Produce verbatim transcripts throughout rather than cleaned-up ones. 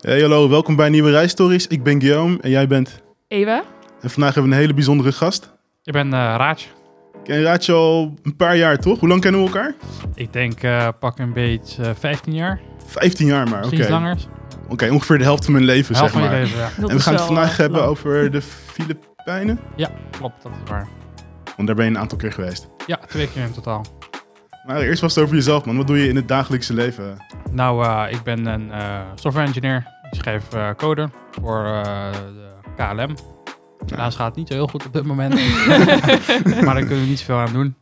Hey, hallo, welkom bij Nieuwe Reisstories. Ik ben Guillaume en jij bent... Ewa. En vandaag hebben we een hele bijzondere gast. Ik ben uh, Raadje. Ik ken Raadje al een paar jaar, toch? Hoe lang kennen we elkaar? Ik denk uh, pak een beetje uh, vijftien jaar. vijftien jaar maar, oké. Misschien Okay. langer. Oké, okay, ongeveer de helft van mijn leven, helft zeg maar. Van je leven, ja. En we gaan het vandaag uh, hebben lang. over de Filipijnen. Ja, klopt, dat is waar. Want daar ben je een aantal keer geweest. Ja, twee keer in totaal. Maar eerst was het over jezelf, man. Wat doe je in het dagelijkse leven? Nou, uh, ik ben een uh, software engineer. Ik schrijf uh, code voor uh, de K L M. Helaas gaat het niet zo heel goed op dit moment. Maar daar kunnen we niet zoveel aan doen.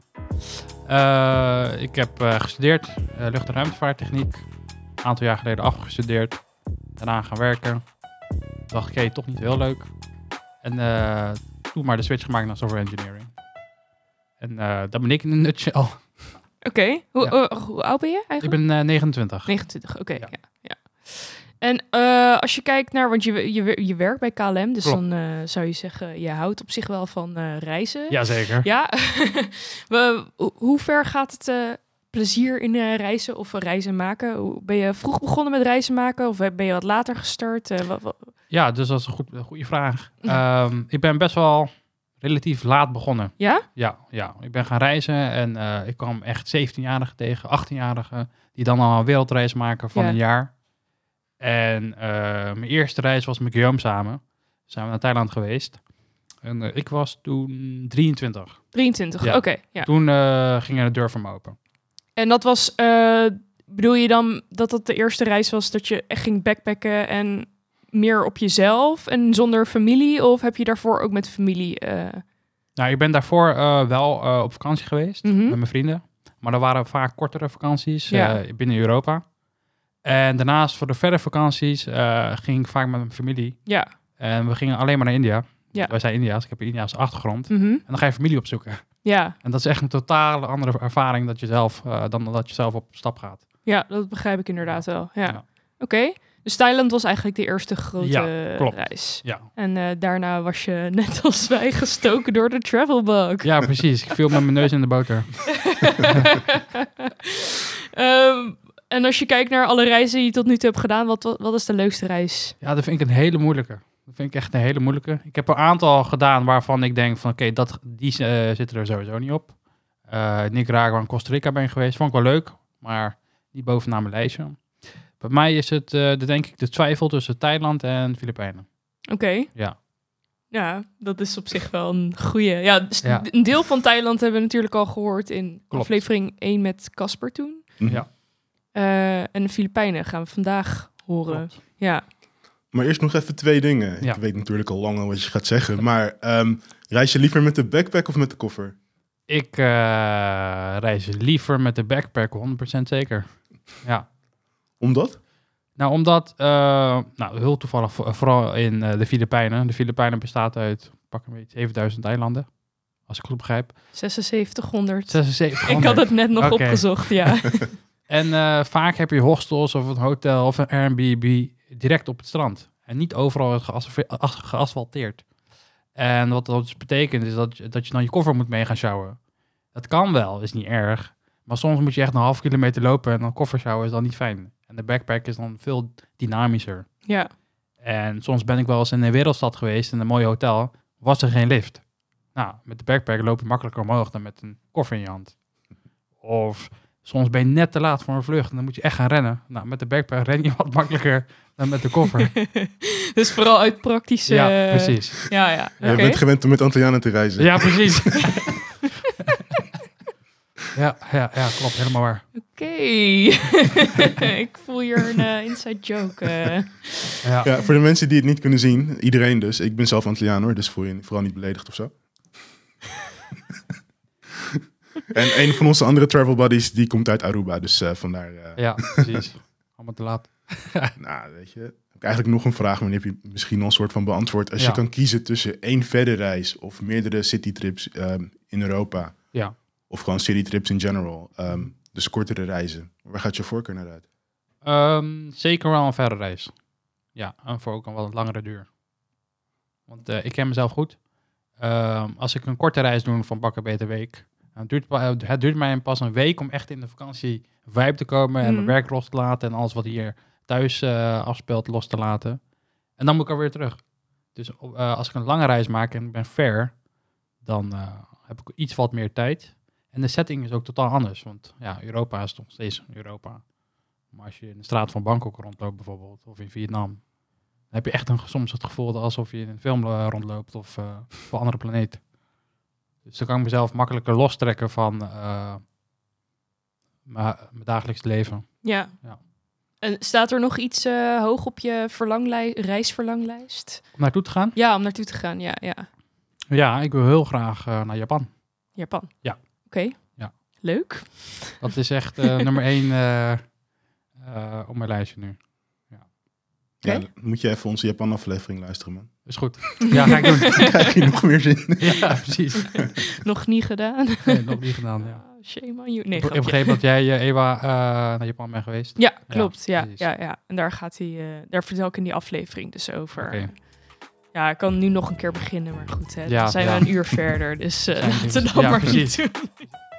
Uh, ik heb uh, gestudeerd uh, lucht- en ruimtevaarttechniek. Een aantal jaar geleden afgestudeerd. Daarna gaan werken. Dacht ik, hey, toch niet heel leuk. En uh, toen maar de switch gemaakt naar software engineering. En uh, dat ben ik in een nutshell. Oké, okay. hoe, Ja. uh, hoe oud ben je eigenlijk? Ik ben uh, negenentwintig. negenentwintig, oké. Okay, Ja. ja. Ja. En uh, als je kijkt naar, want je, je, je werkt bij K L M, dus Klopt. dan uh, zou je zeggen, je houdt op zich wel van uh, reizen. Jazeker. Ja. We, hoe ver gaat het uh, plezier in uh, reizen of uh, reizen maken? Hoe, ben je vroeg begonnen met reizen maken of ben je wat later gestart? Uh, wat, wat? Ja, dus dat is een, goed, een goede vraag. Um, ik ben best wel relatief laat begonnen. Ja? Ja, ja. Ik ben gaan reizen en uh, ik kwam echt zeventienjarigen tegen, achttienjarigen, die dan al een wereldreis maken van ja. een jaar. En uh, mijn eerste reis was met Guillaume samen. Zijn we naar Thailand geweest. En uh, ik was toen drieëntwintig. drieëntwintig, Ja. oké. Okay, ja. Toen uh, ging er de deur voor me open. En dat was, uh, bedoel je dan dat dat de eerste reis was dat je echt ging backpacken en meer op jezelf en zonder familie? Of heb je daarvoor ook met familie? Uh... Nou, ik ben daarvoor uh, wel uh, op vakantie geweest Mm-hmm. met mijn vrienden. Maar er waren vaak kortere vakanties ja. uh, binnen Europa. En daarnaast voor de verdere vakanties uh, ging ik vaak met mijn familie. Ja. En we gingen alleen maar naar India. Ja. Wij zijn India's, ik heb een Indiaanse achtergrond. Mm-hmm. En dan ga je familie opzoeken. Ja. En dat is echt een totale andere ervaring dat je zelf, uh, dan dat je zelf op stap gaat. Ja, dat begrijp ik inderdaad wel. Ja. Ja. Oké. Okay. Dus Thailand was eigenlijk de eerste grote ja, klopt. reis. Ja. En uh, daarna was je net als wij gestoken door de travelbug. Ja, precies. Ik viel met mijn neus in de boter. um, en als je kijkt naar alle reizen die je tot nu toe hebt gedaan, wat, wat, wat is de leukste reis? Ja, dat vind ik een hele moeilijke. Dat vind ik echt een hele moeilijke. Ik heb een aantal gedaan waarvan ik denk van oké, okay, dat die uh, zitten er sowieso niet op. Uh, Nicaragua en Costa Rica ben ik geweest. Vond ik wel leuk, maar niet bovenaan mijn lijstje. Bij mij is het, uh, de, denk ik, de twijfel tussen Thailand en Filipijnen. Oké. Okay. Ja. Ja, dat is op zich wel een goeie. Ja, ja, een deel van Thailand hebben we natuurlijk al gehoord in Klopt. aflevering één met Casper toen. Mm-hmm. Ja. Uh, en de Filipijnen gaan we vandaag horen. Klopt. Ja. Maar eerst nog even twee dingen. Ja. Ik weet natuurlijk al lang al wat je gaat zeggen. Maar um, reis je liever met de backpack of met de koffer? Ik uh, reis liever met de backpack, honderd procent zeker. Ja. Omdat? Nou, omdat, uh, nou, heel toevallig, vooral in uh, de Filipijnen. De Filipijnen bestaat uit, pak een beetje, zevenduizend eilanden. Als ik goed begrijp. zesenzeventighonderd. zesenzeventighonderd. Ik had het net nog okay. opgezocht, ja. En uh, vaak heb je hostels of een hotel of een Airbnb direct op het strand. En niet overal geasfalteerd. En wat dat dus betekent is dat, dat je dan je koffer moet mee gaan sjouwen. Dat kan wel, is niet erg. Maar soms moet je echt een half kilometer lopen en dan koffer sjouwen is dan niet fijn. En de backpack is dan veel dynamischer. Ja. En soms ben ik wel eens in een wereldstad geweest, in een mooi hotel, was er geen lift. Nou, met de backpack loop je makkelijker omhoog dan met een koffer in je hand. Of soms ben je net te laat voor een vlucht en dan moet je echt gaan rennen. Nou, met de backpack ren je wat makkelijker dan met de koffer. Dus vooral uit praktische... Ja, precies. Ja, ja. Okay. Je bent gewend om met Antillianen te reizen. Ja, precies. ja, ja, ja, klopt. Helemaal waar. Oké. Okay. Ik voel hier een uh, inside joke. Uh. Ja. ja, voor de mensen die het niet kunnen zien, iedereen dus. Ik ben zelf Antilliaan hoor, dus voel je vooral niet beledigd of zo. En een van onze andere travel buddies, die komt uit Aruba, dus uh, vandaar... Uh... Ja, precies. Allemaal te laat. Nou, weet je, heb ik eigenlijk nog een vraag, maar die heb je misschien al een soort van beantwoord. Als ja. je kan kiezen tussen één verre reis of meerdere citytrips um, in Europa, ja. of gewoon citytrips in general, um, dus kortere reizen, waar gaat je voorkeur naar uit? Um, zeker wel een verre reis. Ja, en voor ook een wat langere duur. Want uh, ik ken mezelf goed. Um, als ik een korte reis doe van bakken beter week, het duurt, het duurt mij pas een week om echt in de vakantie vibe te komen en Mm. mijn werk los te laten en alles wat hier thuis uh, afspeelt los te laten. En dan moet ik alweer terug. Dus uh, als ik een lange reis maak en ik ben ver, dan uh, heb ik iets wat meer tijd. En de setting is ook totaal anders. Want ja, Europa is nog steeds Europa. Maar als je in de straat van Bangkok rondloopt bijvoorbeeld, of in Vietnam, dan heb je echt een, soms het gevoel alsof je in een film uh, rondloopt of uh, op een andere planeet. Dus dan kan ik mezelf makkelijker lostrekken van uh, mijn dagelijks leven. Ja. ja. En staat er nog iets uh, hoog op je verlanglij- reisverlanglijst? Om naartoe te gaan? Ja, om naartoe te gaan, ja. Ja, ja ik wil heel graag uh, naar Japan. Japan? Ja. Oké. Okay. Ja. Leuk. Dat is echt uh, nummer één uh, uh, op mijn lijstje nu. Ja. Okay. Ja, moet je even onze Japan-aflevering luisteren, man. Is goed. Ja, ga ik doen. Dan krijg je nog meer zin. Ja, precies. Nog niet gedaan? Nee, nog niet gedaan, ja. Shame on you. Nee, ik heb begrepen dat jij, uh, Ewa, uh, naar Japan bent geweest. Ja, klopt. Ja, ja, ja, ja. En daar gaat hij, uh, daar vertel ik in die aflevering dus over. Okay. Ja, ik kan nu nog een keer beginnen, maar goed, hè. Ja, Dan zijn ja. we een uur verder, dus uh, laten we dan ja, maar precies. niet doen.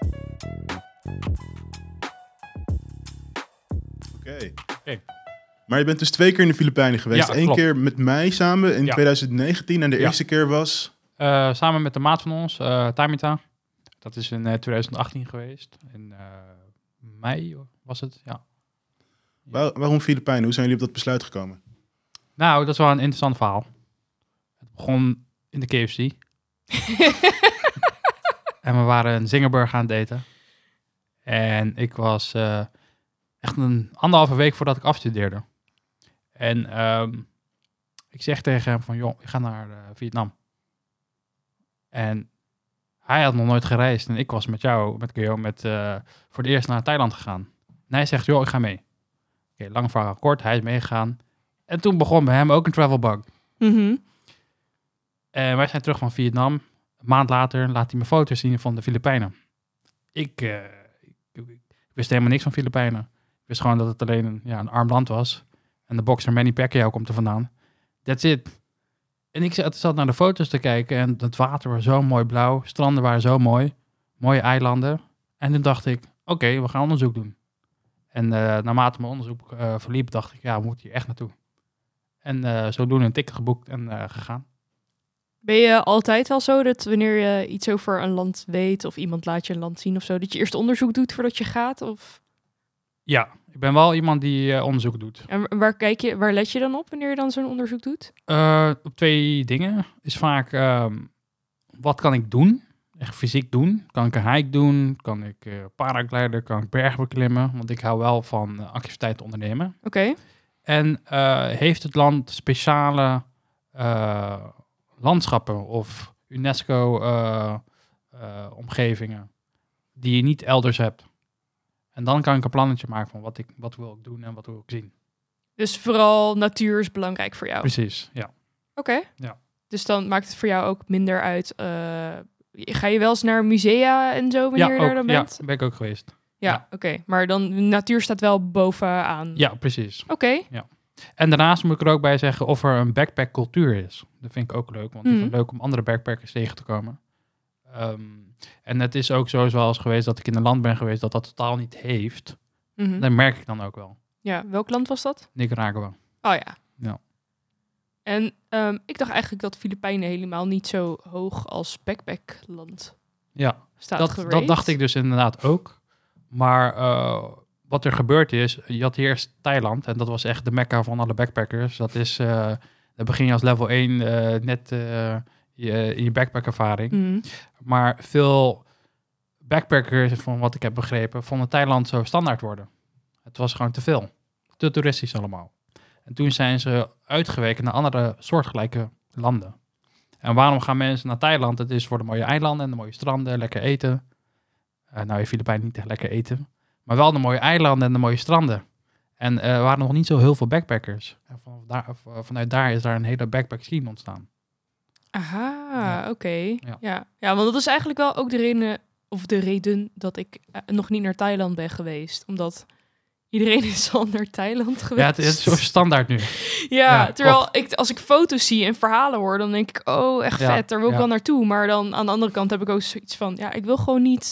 Oké. Okay. Okay. Maar je bent dus twee keer in de Filipijnen geweest. Ja, Eén klopt. keer met mij samen in ja. twintig negentien en de ja. eerste keer was... Uh, samen met de maat van ons, uh, Tamita. Dat is in uh, twintig achttien geweest. In uh, mei was het, ja. Waar, waarom Filipijnen? Hoe zijn jullie op dat besluit gekomen? Nou, dat is wel een interessant verhaal. Het begon in de K F C. En we waren een zingerburger aan het eten. En ik was uh, echt een anderhalve week voordat ik afstudeerde. En um, ik zeg tegen hem van, joh, ik ga naar uh, Vietnam. En hij had nog nooit gereisd. En ik was met jou, met Geo, met, uh, voor het eerst naar Thailand gegaan. En hij zegt, joh, ik ga mee. Oké, okay, lang verhaal kort, hij is meegegaan. En toen begon bij hem ook een travel bug. Mm-hmm. En wij zijn terug van Vietnam. Een maand later laat hij me foto's zien van de Filipijnen. Ik, uh, ik, ik wist helemaal niks van Filipijnen. Ik wist gewoon dat het alleen een, ja, een arm land was. En de boxer Manny Pacquiao komt er vandaan. That's it. En ik zat, zat naar de foto's te kijken en het water was zo mooi blauw. Stranden waren zo mooi. Mooie eilanden. En toen dacht ik, oké, okay, we gaan onderzoek doen. En uh, naarmate mijn onderzoek uh, verliep, dacht ik, ja, we moeten hier echt naartoe. En uh, zodoende een ticket geboekt en uh, gegaan. Ben je altijd wel zo dat wanneer je iets over een land weet of iemand laat je een land zien of zo, dat je eerst onderzoek doet voordat je gaat? Of? Ja, ik ben wel iemand die uh, onderzoek doet. En waar kijk je, waar let je dan op wanneer je dan zo'n onderzoek doet? Uh, op twee dingen. Is vaak, uh, wat kan ik doen? Echt fysiek doen. Kan ik een hike doen? Kan ik uh, paragliden? Kan ik bergen beklimmen? Want ik hou wel van uh, activiteiten ondernemen. Oké. Okay. En uh, heeft het land speciale uh, landschappen of UNESCO-omgevingen uh, uh, die je niet elders hebt? En dan kan ik een plannetje maken van wat, ik, wat wil ik doen en wat wil ik zien. Dus vooral natuur is belangrijk voor jou? Precies, ja. Oké. Okay. Ja. Dus dan maakt het voor jou ook minder uit. Uh, ga je wel eens naar musea en zo wanneer ja, je ook, daar dan bent? Ja, ben ik ook geweest. Ja, ja. oké. Okay. Maar dan natuur staat wel bovenaan. Ja, precies. Oké. Okay. Ja. En daarnaast moet ik er ook bij zeggen of er een backpack-cultuur is. Dat vind ik ook leuk, want mm. ik vind het leuk om andere backpackers tegen te komen. Um, en het is ook zo zoals geweest dat ik in een land ben geweest dat dat totaal niet heeft. Mm-hmm. Dat merk ik dan ook wel. Ja, welk land was dat? Nicaragua. Oh ja. Ja. En um, ik dacht eigenlijk dat Filipijnen helemaal niet zo hoog als backpackland ja, staat dat, gerate. dat dacht ik dus inderdaad ook. Maar uh, wat er gebeurd is, je had eerst Thailand en dat was echt de mekka van alle backpackers. Dat is, uh, daar begin je als level één uh, net uh, je, in je backpackervaring. Mm. Maar veel backpackers, van wat ik heb begrepen, vonden Thailand zo standaard worden. Het was gewoon te veel. Te toeristisch allemaal. En toen zijn ze uitgeweken naar andere soortgelijke landen. En waarom gaan mensen naar Thailand? Het is voor de mooie eilanden en de mooie stranden, lekker eten. Uh, nou, in Filipijnen niet echt lekker eten. Maar wel de mooie eilanden en de mooie stranden. En er uh, waren nog niet zo heel veel backpackers. En van daar, vanuit daar is daar een hele backpack scene ontstaan. Aha, ja. oké. Okay. Ja. Ja. ja, want dat is eigenlijk wel ook de reden, of de reden dat ik uh, nog niet naar Thailand ben geweest. Omdat iedereen is al naar Thailand geweest. Ja, het, het is zo standaard nu. ja, ja, terwijl ik, als ik foto's zie en verhalen hoor, dan denk ik, oh, echt ja, vet, daar wil ik ja. wel naartoe. Maar dan aan de andere kant heb ik ook zoiets van, ja, ik wil gewoon niet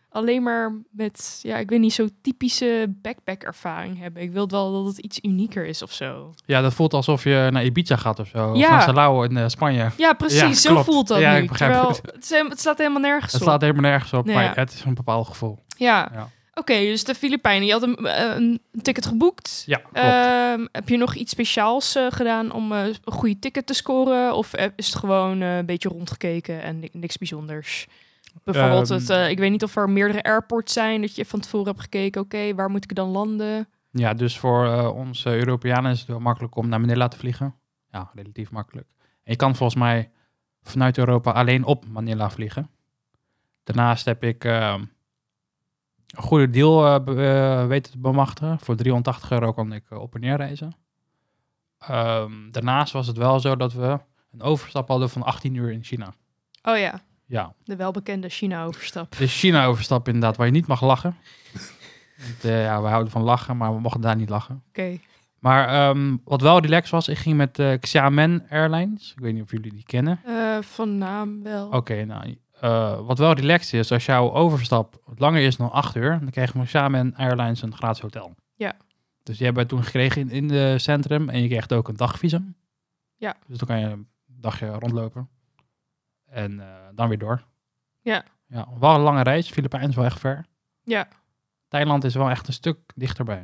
alleen maar met, ja, ik weet niet, zo'n typische backpack-ervaring hebben. Ik wil wel dat het iets unieker is of zo. Ja, dat voelt alsof je naar Ibiza gaat of zo. Ja. Of naar Salau in uh, Spanje. Ja, precies. Ja, zo klopt. voelt dat Ja, nu. ik begrijp Terwijl, het. het, is helemaal- het staat helemaal nergens Het op. slaat helemaal nergens op, Nee, maar ja. het is een bepaald gevoel. Ja, Ja, oké. dus de Filipijnen. Je had een, eh, een ticket geboekt. ja klopt. Ehm, heb je nog iets speciaals uh, gedaan om uh, een goede ticket te scoren? Of uh, is het gewoon uh, een beetje rondgekeken en ni- niks bijzonders? Bijvoorbeeld, Um, het, uh, ik weet niet of er meerdere airports zijn dat je van tevoren hebt gekeken. Oké, okay, waar moet ik dan landen? Ja, dus voor uh, ons uh, Europeanen is het wel makkelijk om naar Manila te vliegen. Ja, relatief makkelijk. En je kan volgens mij vanuit Europa alleen op Manila vliegen. Daarnaast heb ik uh, een goede deal uh, be- uh, weten te bemachtigen. Voor driehonderdtachtig euro kon ik uh, op en neer reizen. Um, daarnaast was het wel zo dat we een overstap hadden van achttien uur in China. Oh ja, Ja, de welbekende China-overstap. de China-overstap inderdaad, waar je niet mag lachen. Want, uh, ja, we houden van lachen, maar we mochten daar niet lachen. Oké. Okay. Maar um, wat wel relaxed was, ik ging met uh, Xiamen Airlines. Ik weet niet of jullie die kennen. Uh, van naam wel. Oké, okay, nou, uh, wat wel relaxed is, als jouw overstap langer is dan acht uur, dan kreeg je van Xiamen Airlines een gratis hotel. Ja. Dus die hebben we toen gekregen in, in het centrum en je kreeg ook een dagvisum. Ja. Dus dan kan je een dagje rondlopen en uh, dan weer door. Ja. Ja, wel een lange reis. Filipijnen is wel echt ver. Ja. Thailand is wel echt een stuk dichterbij.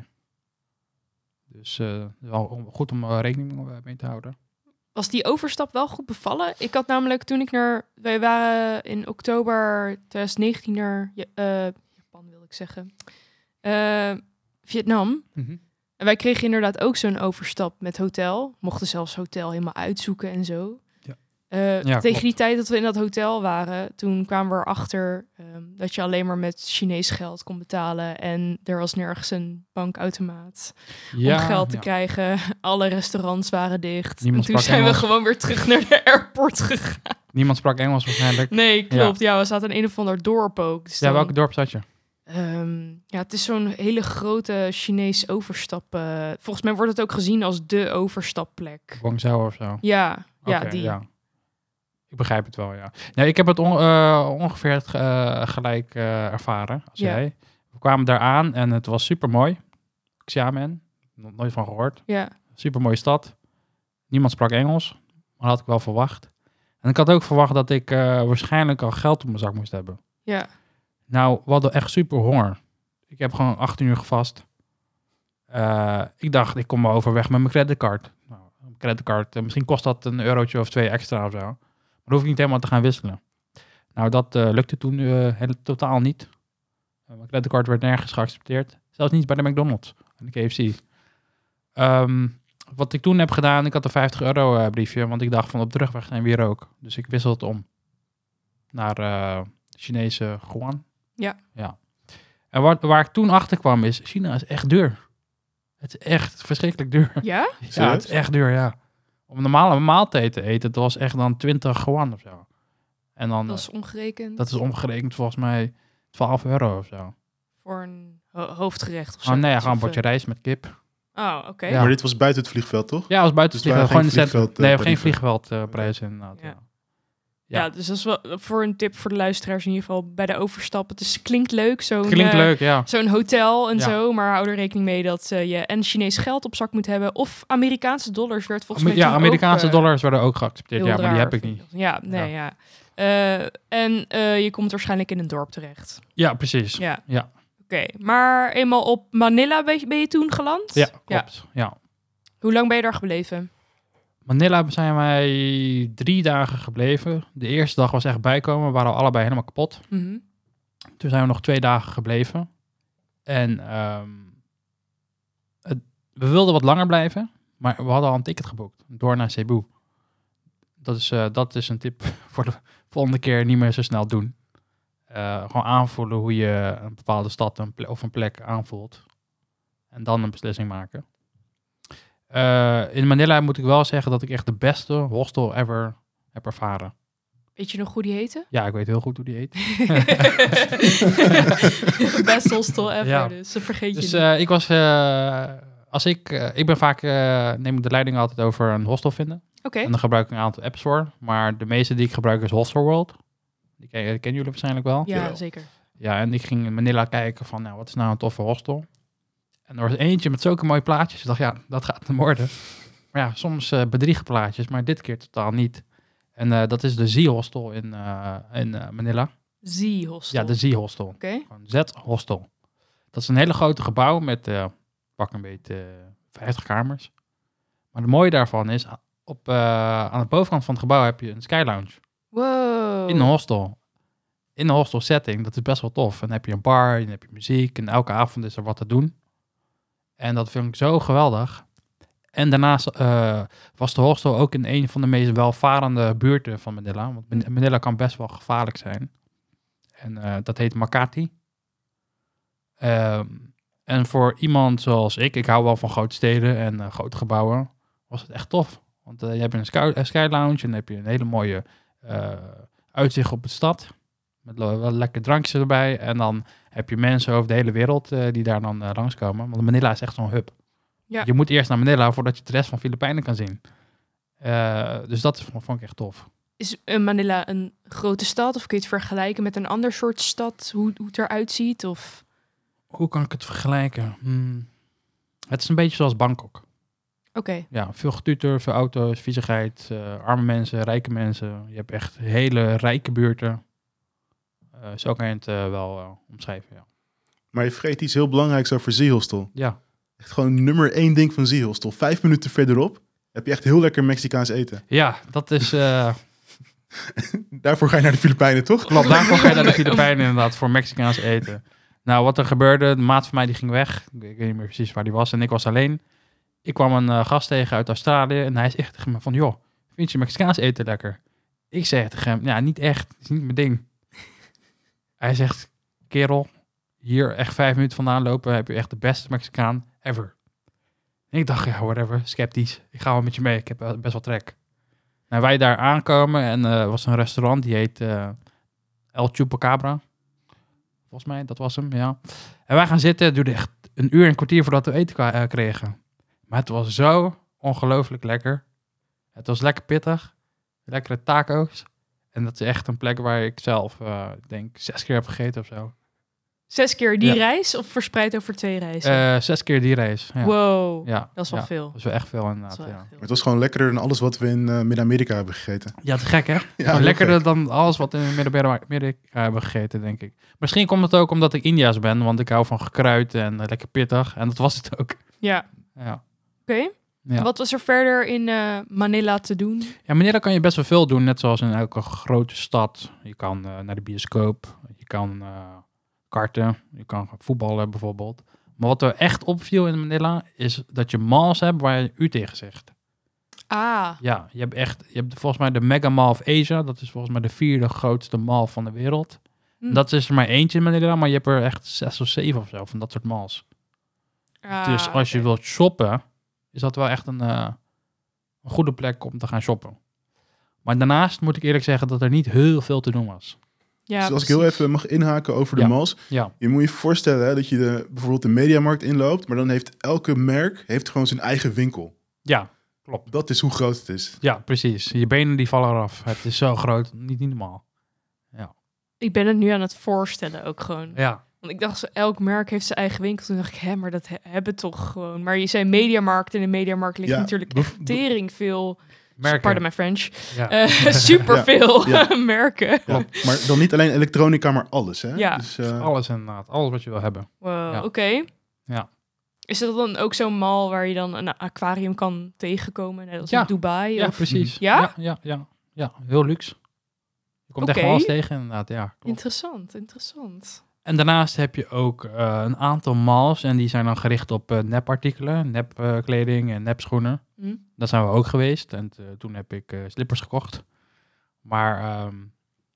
Dus uh, wel goed om uh, rekening mee te houden. Was die overstap wel goed bevallen? Ik had namelijk toen ik naar... Wij waren in oktober twintig negentien naar uh, Japan, wil ik zeggen. Uh, Vietnam. Mm-hmm. En wij kregen inderdaad ook zo'n overstap met hotel. Mochten zelfs hotel helemaal uitzoeken en zo. Ja. Uh, Ja, tegen klopt. die tijd dat we in dat hotel waren, toen kwamen we erachter um, dat je alleen maar met Chinees geld kon betalen. En er was nergens een bankautomaat Ja, om geld te ja. krijgen. Alle restaurants waren dicht. Niemand en toen sprak zijn Engels. we gewoon weer terug naar de airport gegaan. Niemand sprak Engels waarschijnlijk. Nee, klopt. Ja, ja we zaten in een of ander dorp ook. Dus Ja, dan, welk dorp zat je? um, ja, het is zo'n hele grote Chinees overstap. Uh, volgens mij wordt het ook gezien als de overstapplek. Guangzhou of zo? Ja, ja Okay, die. Ja. Ik begrijp het wel, ja. Nee, ik heb het on, uh, ongeveer het, uh, gelijk uh, ervaren als Ja. jij. We kwamen daar aan en het was super mooi. Xiamen, nog nooit van gehoord. Ja. Super mooie stad. Niemand sprak Engels, maar dat had ik wel verwacht. En ik had ook verwacht dat ik uh, waarschijnlijk al geld op mijn zak moest hebben. Ja. Nou, we hadden echt super honger. Ik heb gewoon achttien uur gevast. Uh, ik dacht, ik kom maar overweg met mijn creditcard. Nou, een creditcard, uh, misschien kost dat een eurotje of twee extra of zo. Maar dan hoef ik niet helemaal te gaan wisselen. Nou, dat uh, lukte toen uh, heel, totaal niet. Uh, mijn creditcard werd nergens geaccepteerd. Zelfs niet bij de McDonald's en de K F C. Um, wat ik toen heb gedaan, ik had een vijftig euro uh, briefje, want ik dacht van op de terugweg zijn we hier ook. Dus ik wissel het om naar uh, Chinese yuan. Ja. Ja. En waar, waar ik toen achter kwam is, China is echt duur. Het is echt verschrikkelijk duur. Ja? Ja, het is echt duur, ja. Om een normale maaltijd te eten, dat was echt dan twintig yuan of zo. En dan, Dat is omgerekend. dat is omgerekend volgens mij twaalf euro of zo. Voor een ho- hoofdgerecht of zo. Oh nee, gewoon een Of, bordje uh, rijst met kip. Oh, oké. Okay. Ja. Maar dit was buiten het vliegveld, toch? Ja, was buiten Dus het het vliegveld. waren Gewoon in geen het centrum. vliegveld, uh, Nee, geen tarieven. vliegveldprijzen inderdaad. Ja. Ja. Ja. Ja. dus dat is wel voor een tip voor de luisteraars in ieder geval bij de overstap. Het is, klinkt leuk, zo'n, Klinkt uh, leuk, ja. zo'n hotel en Ja. zo. Maar hou er rekening mee dat uh, je en Chinees geld op zak moet hebben. Of Amerikaanse dollars werd volgens mij Ja, toen Amerikaanse ook, uh, dollars werden ook geaccepteerd. heel Ja, maar die raar, heb ik vind niet. ik. Ja, nee, ja. ja. Uh, en uh, je komt waarschijnlijk in een dorp terecht. Ja, precies. Ja. Ja. Oké, okay. Maar eenmaal op Manila ben je, ben je toen geland? Ja, klopt. Ja. Ja. Hoe lang ben je daar gebleven? Manila zijn wij drie dagen gebleven. De eerste dag was echt bijkomen. We waren al allebei helemaal kapot. Mm-hmm. Toen zijn we nog twee dagen gebleven. En um, het, we wilden wat langer blijven. Maar we hadden al een ticket geboekt. Door naar Cebu. Dat is, uh, dat is een tip voor de volgende keer niet meer zo snel doen. Uh, gewoon aanvoelen hoe je een bepaalde stad een ple- of een plek aanvoelt. En dan een beslissing maken. Uh, in Manila moet ik wel zeggen dat ik echt de beste hostel ever heb ervaren. Weet je nog hoe die heette? Ja, ik weet heel goed hoe die heet. Best hostel ever, Ja. dus dat vergeet je Dus niet. uh, ik was... Uh, als ik, uh, ik ben vaak... Uh, neem ik de leiding altijd over een hostel vinden. Oké. Okay. En dan gebruik ik een aantal apps voor. Maar de meeste die ik gebruik is Hostelworld. Die ken, kennen jullie waarschijnlijk wel. Ja, Ja. zeker. Ja, en ik ging in Manila kijken van, nou, wat is nou een toffe hostel? En er was eentje met zulke mooie plaatjes. Ik dacht, ja, dat gaat hem worden. Maar ja, soms uh, bedriegen plaatjes, maar dit keer totaal niet. En uh, dat is de Z-hostel in, uh, in uh, Manila. Z-hostel? Ja, de Z-hostel. Oké. Okay. Z-hostel. Dat is een hele grote gebouw met, uh, pak een beetje, uh, vijftig kamers. Maar het mooie daarvan is, op, uh, aan de bovenkant van het gebouw heb je een sky lounge. Wow. In een hostel. In een hostel setting, dat is best wel tof. En dan heb je een bar, dan heb je muziek en elke avond is er wat te doen. En dat vind ik zo geweldig. En daarnaast uh, was de hostel ook in een van de meest welvarende buurten van Manila. Want Manila kan best wel gevaarlijk zijn. En uh, dat heet Makati. Um, en voor iemand zoals ik, ik hou wel van grote steden en uh, grote gebouwen, was het echt tof. Want uh, je hebt een sky, een sky lounge en dan heb je een hele mooie uh, uitzicht op de stad. Met wel lekker drankjes erbij. En dan heb je mensen over de hele wereld uh, die daar dan uh, langskomen. Want Manila is echt zo'n hub. Ja. Je moet eerst naar Manila voordat je de rest van Filipijnen kan zien. Uh, dus dat vond ik echt tof. Is Manila een grote stad? Of kun je het vergelijken met een ander soort stad? Hoe, hoe het eruit ziet? Of... Hoe kan ik het vergelijken? Hmm. Het is een beetje zoals Bangkok. Oké. Okay. Ja, veel getuter, veel auto's, viezigheid, uh, arme mensen, rijke mensen. Je hebt echt hele rijke buurten. Uh, zo kan je het uh, wel uh, omschrijven, ja. Maar je vergeet iets heel belangrijks over Z-hostel. Ja. Echt gewoon nummer één ding van Z-hostel. Vijf minuten verderop heb je echt heel lekker Mexicaans eten. Ja, dat is... Uh... daarvoor ga je naar de Filipijnen, toch? Klopt, daarvoor ga je naar de Filipijnen inderdaad, voor Mexicaans eten. Nou, wat er gebeurde, de maat van mij die ging weg. Ik weet niet meer precies waar die was en ik was alleen. Ik kwam een uh, gast tegen uit Australië en hij zegt tegen me van, joh, vind je Mexicaans eten lekker? Ik zeg tegen hem, ja, niet echt, het is niet mijn ding. Hij zegt, kerel, hier echt vijf minuten vandaan lopen, heb je echt de beste Mexicaan ever. En ik dacht, ja, whatever, sceptisch. Ik ga wel met je mee, ik heb best wel trek. Nou, wij daar aankomen en er uh, was een restaurant, die heet uh, El Chupacabra. Volgens mij, dat was hem, ja. En wij gaan zitten, het duurde echt een uur en een kwartier voordat we eten k- uh, kregen. Maar het was zo ongelooflijk lekker. Het was lekker pittig, lekkere taco's. En dat is echt een plek waar ik zelf, uh, denk, zes keer heb gegeten of zo. Zes keer die ja. reis of verspreid over twee reizen? Uh, zes keer die reis. Ja. Wow, ja. dat is wel ja. veel. Dat is wel echt veel inderdaad, ja. Veel. Maar het was gewoon lekkerder dan alles wat we in uh, Midden-Amerika hebben gegeten. Ja, te gek hè? Ja, lekkerder gek. dan alles wat we in Midden-Amerika hebben gegeten, denk ik. Misschien komt het ook omdat ik Indiaas ben, want ik hou van gekruid en uh, lekker pittig. En dat was het ook. Ja. Ja. Oké. Okay. Ja. Wat was er verder in uh, Manila te doen? Ja, Manila kan je best wel veel doen, net zoals in elke grote stad. Je kan uh, naar de bioscoop, je kan uh, karten, je kan voetballen bijvoorbeeld. Maar wat er echt opviel in Manila is dat je malls hebt waar je u tegen zegt. Ah. Ja, je hebt echt, je hebt volgens mij de Mega Mall of Asia. Dat is volgens mij de vierde grootste mall van de wereld. Hm. Dat is er maar eentje in Manila, maar je hebt er echt zes of zeven of zo van dat soort malls. Ah, dus als je okay. wilt shoppen, is dat wel echt een, uh, een goede plek om te gaan shoppen. Maar daarnaast moet ik eerlijk zeggen dat er niet heel veel te doen was. Ja, dus als precies. ik heel even mag inhaken over de ja. malls. Ja. Je moet je voorstellen hè, dat je de, bijvoorbeeld de Mediamarkt inloopt, maar dan heeft elke merk heeft gewoon zijn eigen winkel. Ja, klopt. Dat is hoe groot het is. Ja, precies. Je benen die vallen eraf. Het is zo groot, niet, niet normaal. Ja. Ik ben het nu aan het voorstellen ook gewoon. Ja. Want ik dacht, elk merk heeft zijn eigen winkel. Toen dacht ik, hè, maar dat he- hebben toch gewoon. Maar je zei Mediamarkt en in de Mediamarkt ligt ja, natuurlijk echt tering veel. Merken. Pardon my French. Ja. Uh, superveel ja. Ja. merken. Ja. Maar dan niet alleen elektronica, maar alles. Hè? Ja. Dus, uh... alles inderdaad. Alles wat je wil hebben. Wow, ja. oké. Okay. Ja. Is dat dan ook zo'n mall waar je dan een aquarium kan tegenkomen? Net als ja. in Dubai? Ja, of? precies. Ja? Ja, ja, ja. ja heel luxe. Je komt okay. echt alles tegen inderdaad. Ja, klopt. Interessant, interessant. En daarnaast heb je ook uh, een aantal malls en die zijn dan gericht op uh, nepartikelen, nepkleding uh, en nepschoenen. Mm. Daar zijn we ook geweest en t, uh, toen heb ik uh, slippers gekocht. Maar um,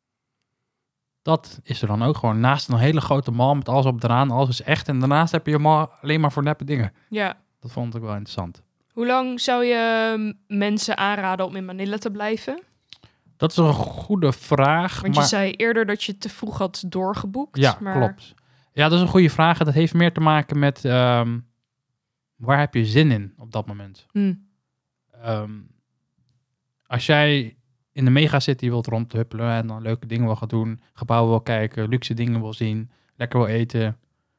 dat is er dan ook gewoon naast een hele grote mall met alles op eraan, alles is echt. En daarnaast heb je een mall alleen maar voor neppe dingen. Ja. Dat vond ik wel interessant. Hoe lang zou je mensen aanraden om in Manila te blijven? Dat is een goede vraag. Want maar... je zei eerder dat je te vroeg had doorgeboekt. Ja, maar... klopt. Ja, dat is een goede vraag. Dat heeft meer te maken met um, waar heb je zin in op dat moment. Hmm. Um, als jij in de megacity wilt rondhuppelen en dan leuke dingen wil gaan doen, gebouwen wil kijken, luxe dingen wil zien, lekker wil eten,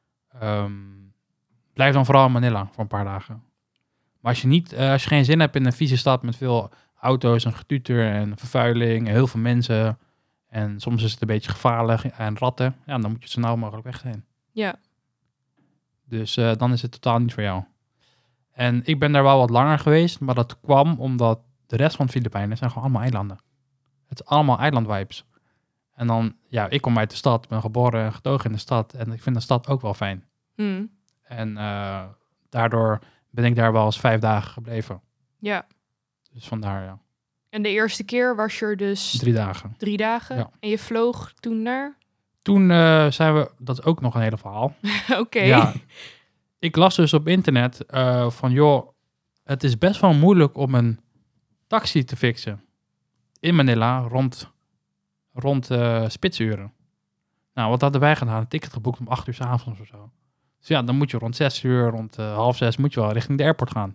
um, blijf dan vooral in Manila voor een paar dagen. Maar als je, niet, uh, als je geen zin hebt in een vieze stad met veel auto's en getuter en vervuiling en heel veel mensen en soms is het een beetje gevaarlijk en ratten, ja, dan moet je zo nauw mogelijk weg zijn. Ja. Dus uh, dan is het totaal niet voor jou. En ik ben daar wel wat langer geweest, maar dat kwam omdat de rest van de Filipijnen zijn gewoon allemaal eilanden. Het is allemaal eilandvibes. En dan, ja, ik kom uit de stad, ben geboren en getogen in de stad. En ik vind de stad ook wel fijn. Hmm. En uh, daardoor ben ik daar wel eens vijf dagen gebleven. Ja. Dus vandaar, ja. En de eerste keer was je er dus Drie dagen. drie dagen. Ja. En je vloog toen naar? Toen uh, zijn we, dat is ook nog een hele verhaal. Oké. Okay. Ja, ik las dus op internet uh, van, joh, het is best wel moeilijk om een taxi te fixen in Manila rond, rond uh, spitsuren. Nou, wat hadden wij gedaan? Een ticket geboekt om acht uur 's avonds of zo. Dus ja, dan moet je rond zes uur, rond uh, half zes, moet je wel richting de airport gaan.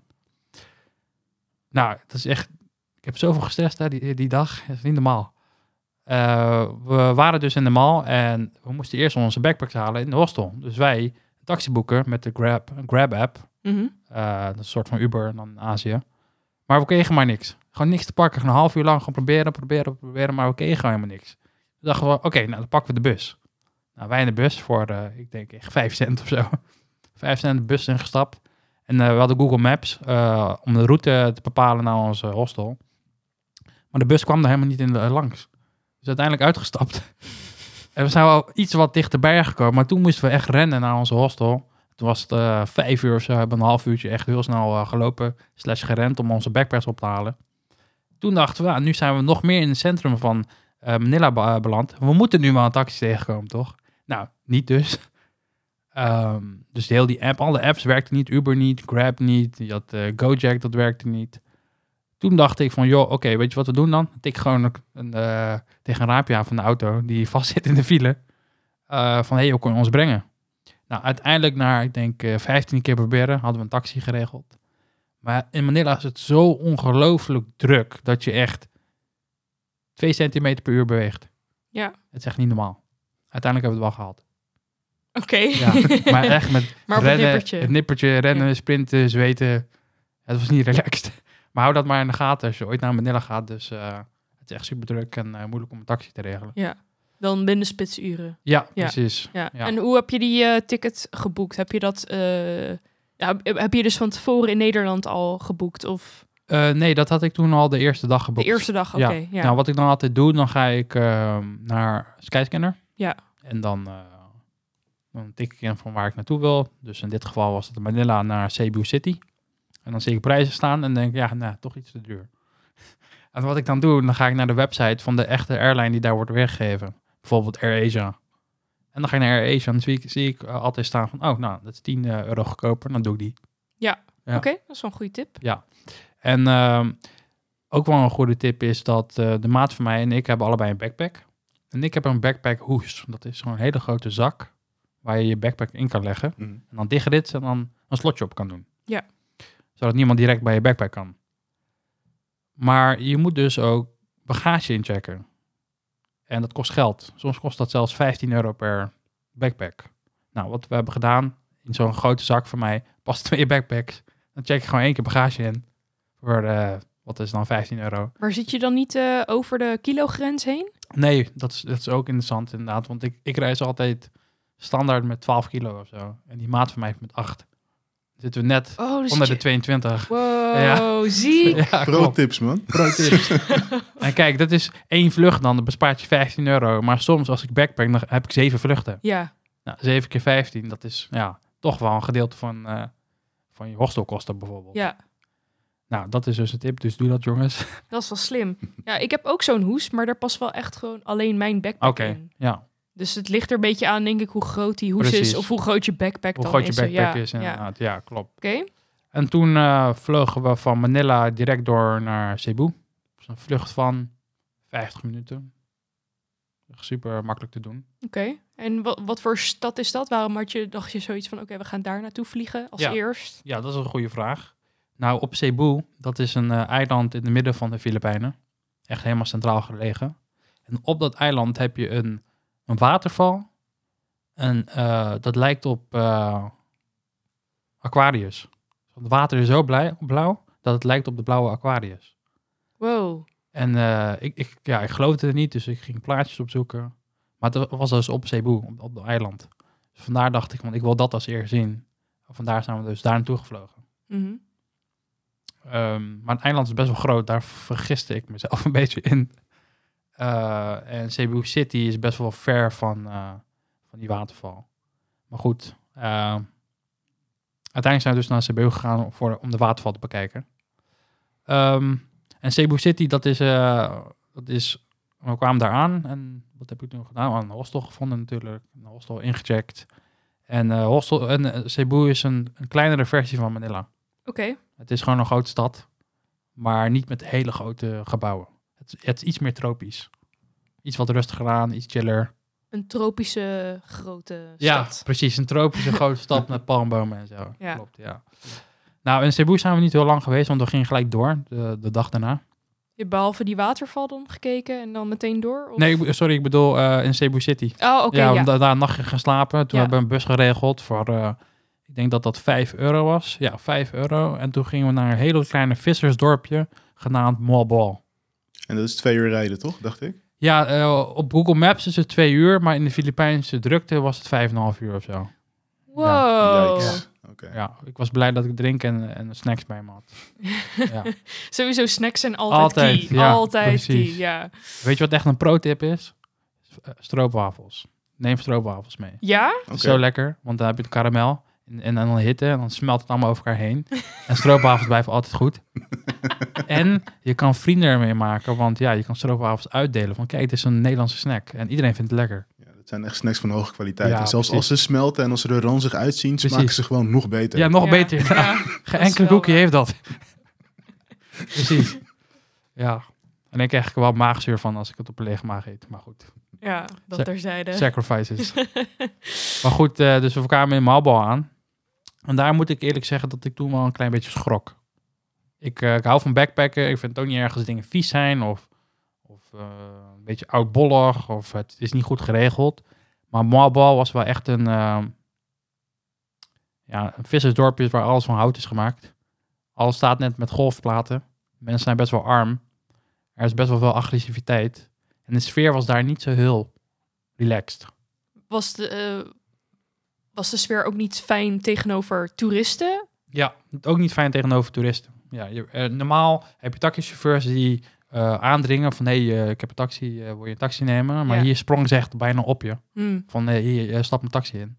Nou, dat is echt... Ik heb zoveel gestrest hè, die, die dag. Dat is niet normaal. Uh, we waren dus in de mall en we moesten eerst onze backpacks halen in de hostel. Dus wij een taxi boeken met de Grab, Grab app. Mm-hmm. Uh, dat is een soort van Uber dan in Azië. Maar we kregen maar niks. Gewoon niks te pakken. Gewoon een half uur lang gewoon proberen, proberen, proberen. Maar we kregen gewoon helemaal niks. We dachten we, oké, okay, nou dan pakken we de bus. Nou, wij in de bus voor, uh, ik denk echt vijf cent of zo. Vijf cent de bus ingestapt. En uh, we hadden Google Maps uh, om de route te bepalen naar onze hostel. Maar de bus kwam er helemaal niet in de, uh, langs. Dus uiteindelijk uitgestapt. En we zijn wel iets wat dichterbij gekomen. Maar toen moesten we echt rennen naar onze hostel. Toen was het uh, vijf uur of zo. We hebben een half uurtje echt heel snel uh, gelopen. Slash gerend om onze backpacks op te halen. Toen dachten we, ah, nu zijn we nog meer in het centrum van uh, Manila be- beland. We moeten nu wel een taxi tegenkomen, toch? Nou, niet dus. Um, dus heel die app, alle apps werkten niet. Uber niet, Grab niet. Je had uh, Gojek, dat werkte niet. Toen dacht ik van, joh, oké, okay, weet je wat we doen dan? Tik gewoon een, een, uh, tegen een raampje aan van de auto die vast zit in de file. Uh, van, hé, hey, hoe kon je ons brengen? Nou, uiteindelijk na, ik denk, uh, vijftien keer proberen, hadden we een taxi geregeld. Maar in Manila is het zo ongelooflijk druk dat je echt twee centimeter per uur beweegt. Ja. Het is echt niet normaal. Uiteindelijk hebben we het wel gehaald. Oké. Okay. Ja, maar echt met maar rennen, het nippertje. Het nippertje, rennen, ja. sprinten, zweten. Het was niet relaxed. Maar hou dat maar in de gaten als je ooit naar Manila gaat. Dus uh, het is echt super druk en uh, moeilijk om een taxi te regelen. Ja, dan binnen spitsuren. Ja, ja. precies. Ja. Ja. En hoe heb je die uh, ticket geboekt? Heb je dat... Uh, ja, heb je dus van tevoren in Nederland al geboekt? Of? Uh, nee, dat had ik toen al de eerste dag geboekt. De eerste dag, oké. Okay, ja. ja. Nou, wat ik dan altijd doe, dan ga ik uh, naar Skyscanner. Ja. En dan, uh, dan tik ik in van waar ik naartoe wil. Dus in dit geval was het Manila naar Cebu City. En dan zie ik prijzen staan en denk ik, ja, nou, toch iets te duur. En wat ik dan doe, dan ga ik naar de website van de echte airline die daar wordt weergegeven. Bijvoorbeeld AirAsia. En dan ga ik naar AirAsia en dan zie ik, zie ik uh, altijd staan van, oh, nou, dat is tien euro goedkoper. Dan doe ik die. Ja, ja. Oké, okay, dat is wel een goede tip. Ja. En uh, ook wel een goede tip is dat uh, de maat van mij en ik hebben allebei een backpack. En ik heb een backpack hoes. Dat is zo'n hele grote zak waar je je backpack in kan leggen. Mm. En dan dichtrit en dan een slotje op kan doen. Ja. Zodat niemand direct bij je backpack kan. Maar je moet dus ook bagage inchecken. En dat kost geld. Soms kost dat zelfs vijftien euro per backpack. Nou, wat we hebben gedaan, in zo'n grote zak voor mij, past twee backpacks. Dan check je gewoon één keer bagage in. Voor, uh, wat is dan, vijftien euro. Maar zit je dan niet uh, over de kilogrens heen? Nee, dat is, dat is ook interessant inderdaad. Want ik, ik reis altijd standaard met twaalf kilo of zo. En die maat van mij heeft met acht. Zitten we net oh, dus onder je... de tweeëntwintig. Wow, ja. Ziek. Ja, Pro-tips, man. Pro-tips. En kijk, dat is één vlucht dan. Dat bespaart je vijftien euro. Maar soms als ik backpack, dan heb ik zeven vluchten. Ja. Nou, zeven keer vijftien, dat is ja, toch wel een gedeelte van, uh, van je hostelkosten bijvoorbeeld. Ja. Nou, dat is dus een tip. Dus doe dat, jongens. Dat is wel slim. Ja, ik heb ook zo'n hoes, maar daar past wel echt gewoon alleen mijn backpack okay, in. Ja. Dus het ligt er een beetje aan, denk ik, hoe groot die hoes Precies. is. Of hoe groot je backpack hoe dan groot is. je backpack ja, is, inderdaad. Ja, ja klopt. Oké. Okay. En toen uh, vlogen we van Manila direct door naar Cebu. Dus een vlucht van vijftig minuten. Super makkelijk te doen. Oké. Okay. En wat, wat voor stad is dat? Waarom had je, dacht je zoiets van, oké, okay, we gaan daar naartoe vliegen als ja. eerst? Ja, dat is een goede vraag. Nou, op Cebu, dat is een uh, eiland in het midden van de Filipijnen. Echt helemaal centraal gelegen. En op dat eiland heb je een, een waterval. En uh, dat lijkt op uh, Aquarius. Het water is zo blij, blauw dat het lijkt op de blauwe Aquarius. Wow. En uh, ik, ik, ja, ik geloofde het niet, dus ik ging plaatjes opzoeken. Maar het was dus op Cebu, op, op het eiland. Dus vandaar dacht ik, want ik wil dat als eerst zien. Vandaar zijn we dus daar naartoe gevlogen. Mm-hmm. Um, maar het eiland is best wel groot, daar vergiste ik mezelf een beetje in. Uh, en Cebu City is best wel ver van, uh, van die waterval. Maar goed, uh, uiteindelijk zijn we dus naar Cebu gegaan voor, om de waterval te bekijken. Um, en Cebu City, dat is, uh, dat is, we kwamen daar aan en wat heb ik toen gedaan? Oh, een hostel gevonden natuurlijk, een hostel ingecheckt. En, uh, hostel, en uh, Cebu is een, een kleinere versie van Manila. Oké. Okay. Het is gewoon een grote stad, maar niet met hele grote gebouwen. Het, het is iets meer tropisch. Iets wat rustiger aan, iets chiller. Een tropische grote ja, stad. Ja, precies. Een tropische grote stad met palmbomen en zo. Ja. Klopt, ja. Nou, in Cebu zijn we niet heel lang geweest, want we gingen gelijk door, de, de dag daarna. Je hebt behalve die waterval dan gekeken en dan meteen door? Of? Nee, sorry, ik bedoel uh, in Cebu City. Oh, oké, okay, ja. ja. Da- daar een nachtje gaan slapen. Toen ja. hebben we een bus geregeld voor, uh, ik denk dat dat vijf euro was. Ja, vijf euro. En toen gingen we naar een hele kleine vissersdorpje genaamd Moalboal. En dat is twee uur rijden, toch? Dacht ik. Ja, uh, op Google Maps is het twee uur, maar in de Filipijnse drukte was het vijf en een half uur of zo. Wow. Ja, ja. Okay. Ja, ik was blij dat ik drink en, en snacks bij me had. Ja. Sowieso snacks zijn altijd, altijd key. Ja, altijd precies. key, ja. Weet je wat echt een pro-tip is? Stroopwafels. Neem stroopwafels mee. Ja? Het is Okay. zo lekker, want dan heb je de karamel en, en dan hitte en dan smelt het allemaal over elkaar heen. En stroopwafels blijven altijd goed. En je kan vrienden ermee maken, want ja, je kan stroopwafels uitdelen. Van kijk, het is een Nederlandse snack en iedereen vindt het lekker. Ja, dat zijn echt snacks van hoge kwaliteit. Ja, en zelfs precies. als ze smelten en als ze er ranzig uitzien, Precies. smaken ze gewoon nog beter. Ja, nog Ja. beter. Ja. Ja, Geen enkele koekje heeft dat. Precies. Ja. En ik krijg er wel maagzuur van als ik het op een lege maag eet. Maar goed. Ja, dat Sa- terzijde. Sacrifices. Maar goed, uh, dus we kwamen in Moalboal aan. En daar moet ik eerlijk zeggen dat ik toen wel een klein beetje schrok. Ik, uh, ik hou van backpacken. Ik vind het ook niet erg als dingen vies zijn of, of uh, een beetje oudbollig of het is niet goed geregeld. Maar Moalboal was wel echt een, uh, ja, een vissersdorpje waar alles van hout is gemaakt. Alles staat net met golfplaten. Mensen zijn best wel arm. Er is best wel veel agressiviteit. En de sfeer was daar niet zo heel relaxed. Was de, uh, was de sfeer ook niet fijn tegenover toeristen? Ja, ook niet fijn tegenover toeristen. Ja, je, uh, normaal heb je taxichauffeurs die uh, aandringen van hé, hey, uh, ik heb een taxi, uh, wil je een taxi nemen? Maar Ja. hier sprong ze echt bijna op je. Hmm. Van hey, hier, uh, stap een taxi in.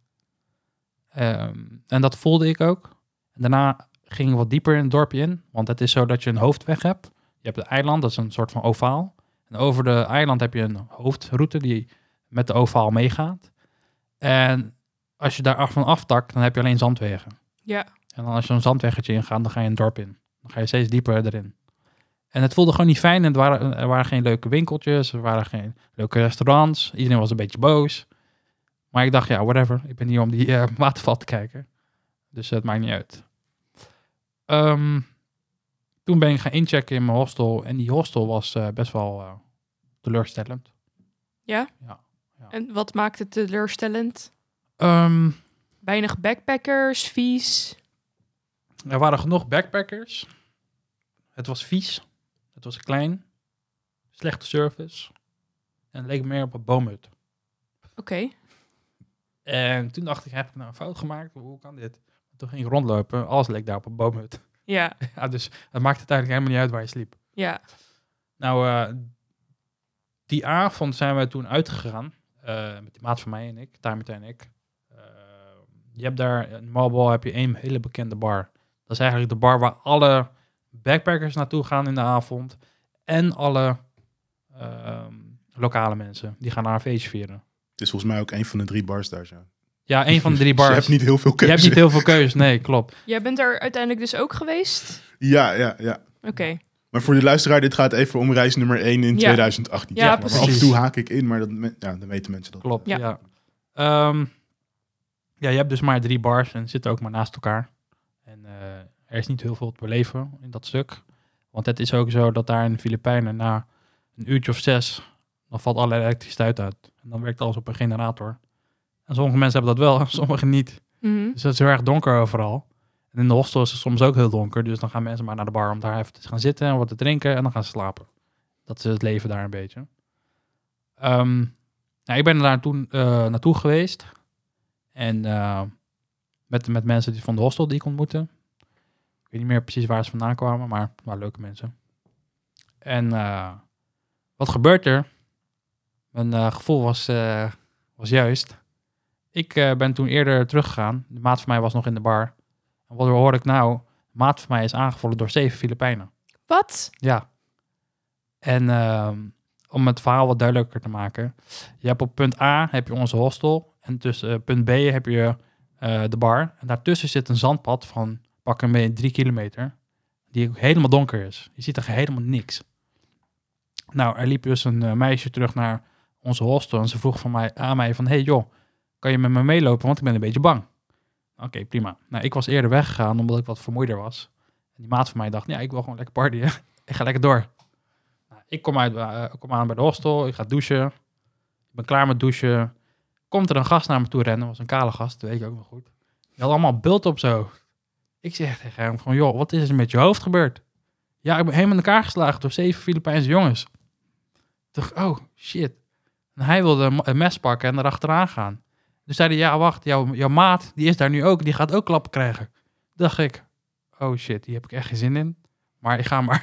Um, en dat voelde ik ook. En daarna ging ik wat dieper in het dorpje in. Want het is zo dat je een hoofdweg hebt. Je hebt het eiland, dat is een soort van ovaal. En over de eiland heb je een hoofdroute die met de ovaal meegaat. En als je daar van aftakt, dan heb je alleen zandwegen. Ja. En dan als je een zandweggetje ingaat, dan ga je een dorp in. Dan ga je steeds dieper erin. En het voelde gewoon niet fijn. En het waren, er waren geen leuke winkeltjes, er waren geen leuke restaurants. Iedereen was een beetje boos. Maar ik dacht, ja, whatever. Ik ben hier om die uh, waterval te kijken. Dus het maakt niet uit. Um, toen ben ik gaan inchecken in mijn hostel. En die hostel was uh, best wel uh, teleurstellend. Ja? Ja, ja? En wat maakt het teleurstellend? Um, Weinig backpackers, vies. er waren genoeg backpackers. Het was vies. Het was klein. Slechte service. En het leek meer op een boomhut. Oké. Okay. En toen dacht ik, heb ik nou een fout gemaakt? Hoe kan dit? Toen ging ik rondlopen. Alles leek daar op een boomhut. Ja. Ja, dus het maakte uiteindelijk helemaal niet uit waar je sliep. Ja. Nou, uh, die avond zijn we toen uitgegaan. Uh, met die maat van mij en ik. Tamita en ik. Uh, je hebt daar, in Moalboal heb je één hele bekende bar. Dat is eigenlijk de bar waar alle backpackers naartoe gaan in de avond. En alle uh, lokale mensen. Die gaan naar een feestje vieren. Het is volgens mij ook een van de drie bars daar zo. Ja, een van de drie bars. Dus je hebt niet heel veel keuze. Je hebt niet heel veel keuze, nee, klopt. Jij bent er uiteindelijk dus ook geweest? Ja, ja, ja. Oké. Okay. Maar voor de luisteraar, dit gaat even om reis nummer één in ja. twintig achttien. Ja, ja, precies. Maar af en toe haak ik in, maar dat, ja, dan weten mensen dat. Klopt, ja. Ja. Um, ja, je hebt dus maar drie bars en zitten ook maar naast elkaar. En uh, er is niet heel veel te beleven in dat stuk. Want het is ook zo dat daar in de Filipijnen na een uurtje of zes, dan valt alle elektriciteit uit. En dan werkt alles op een generator. En sommige mensen hebben dat wel, sommigen niet. Mhm. Dus het is heel erg donker overal. En in de hostel is het soms ook heel donker. Dus dan gaan mensen maar naar de bar om daar even te gaan zitten en wat te drinken. En dan gaan ze slapen. Dat is het leven daar een beetje. Um, nou, ik ben daar toen uh, naartoe geweest. En uh, met, met mensen die van de hostel die ik ontmoette. Ik weet niet meer precies waar ze vandaan kwamen, maar het waren leuke mensen. En uh, wat gebeurt er? Mijn uh, gevoel was, uh, was juist. Ik uh, ben toen eerder teruggegaan. De maat van mij was nog in de bar. En wat hoor ik nou? De maat van mij is aangevallen door zeven Filipijnen. Wat? Ja. En uh, om het verhaal wat duidelijker te maken. Je hebt op punt A heb je onze hostel. En tussen uh, punt B heb je uh, de bar. En daartussen zit een zandpad van pak een beetje drie kilometer. Die ook helemaal donker is. Je ziet er helemaal niks. Nou, er liep dus een uh, meisje terug naar onze hostel. En ze vroeg van mij, aan mij van... Hey joh, kan je met me meelopen? Want ik ben een beetje bang. Oké, okay, prima. Nou, ik was eerder weggegaan omdat ik wat vermoeider was. En die maat van mij dacht, ja, ik wil gewoon lekker partyen. Ik ga lekker door. Nou, ik kom, uit, uh, kom aan bij de hostel. Ik ga douchen. Ik ben klaar met douchen. Komt er een gast naar me toe rennen. Dat was een kale gast, dat weet ik ook nog goed. Die had allemaal bult op zo. Ik zeg tegen hem van, joh, wat is er met je hoofd gebeurd? Ja, ik ben helemaal in elkaar geslagen door zeven Filipijnse jongens. Ik dacht, oh, shit. En hij wilde een mes pakken en erachteraan gaan. Dus zei hij, ja, wacht, jouw, jouw maat, die is daar nu ook. Die gaat ook klappen krijgen. Toen dacht ik, oh shit, die heb ik echt geen zin in. Maar ik ga maar.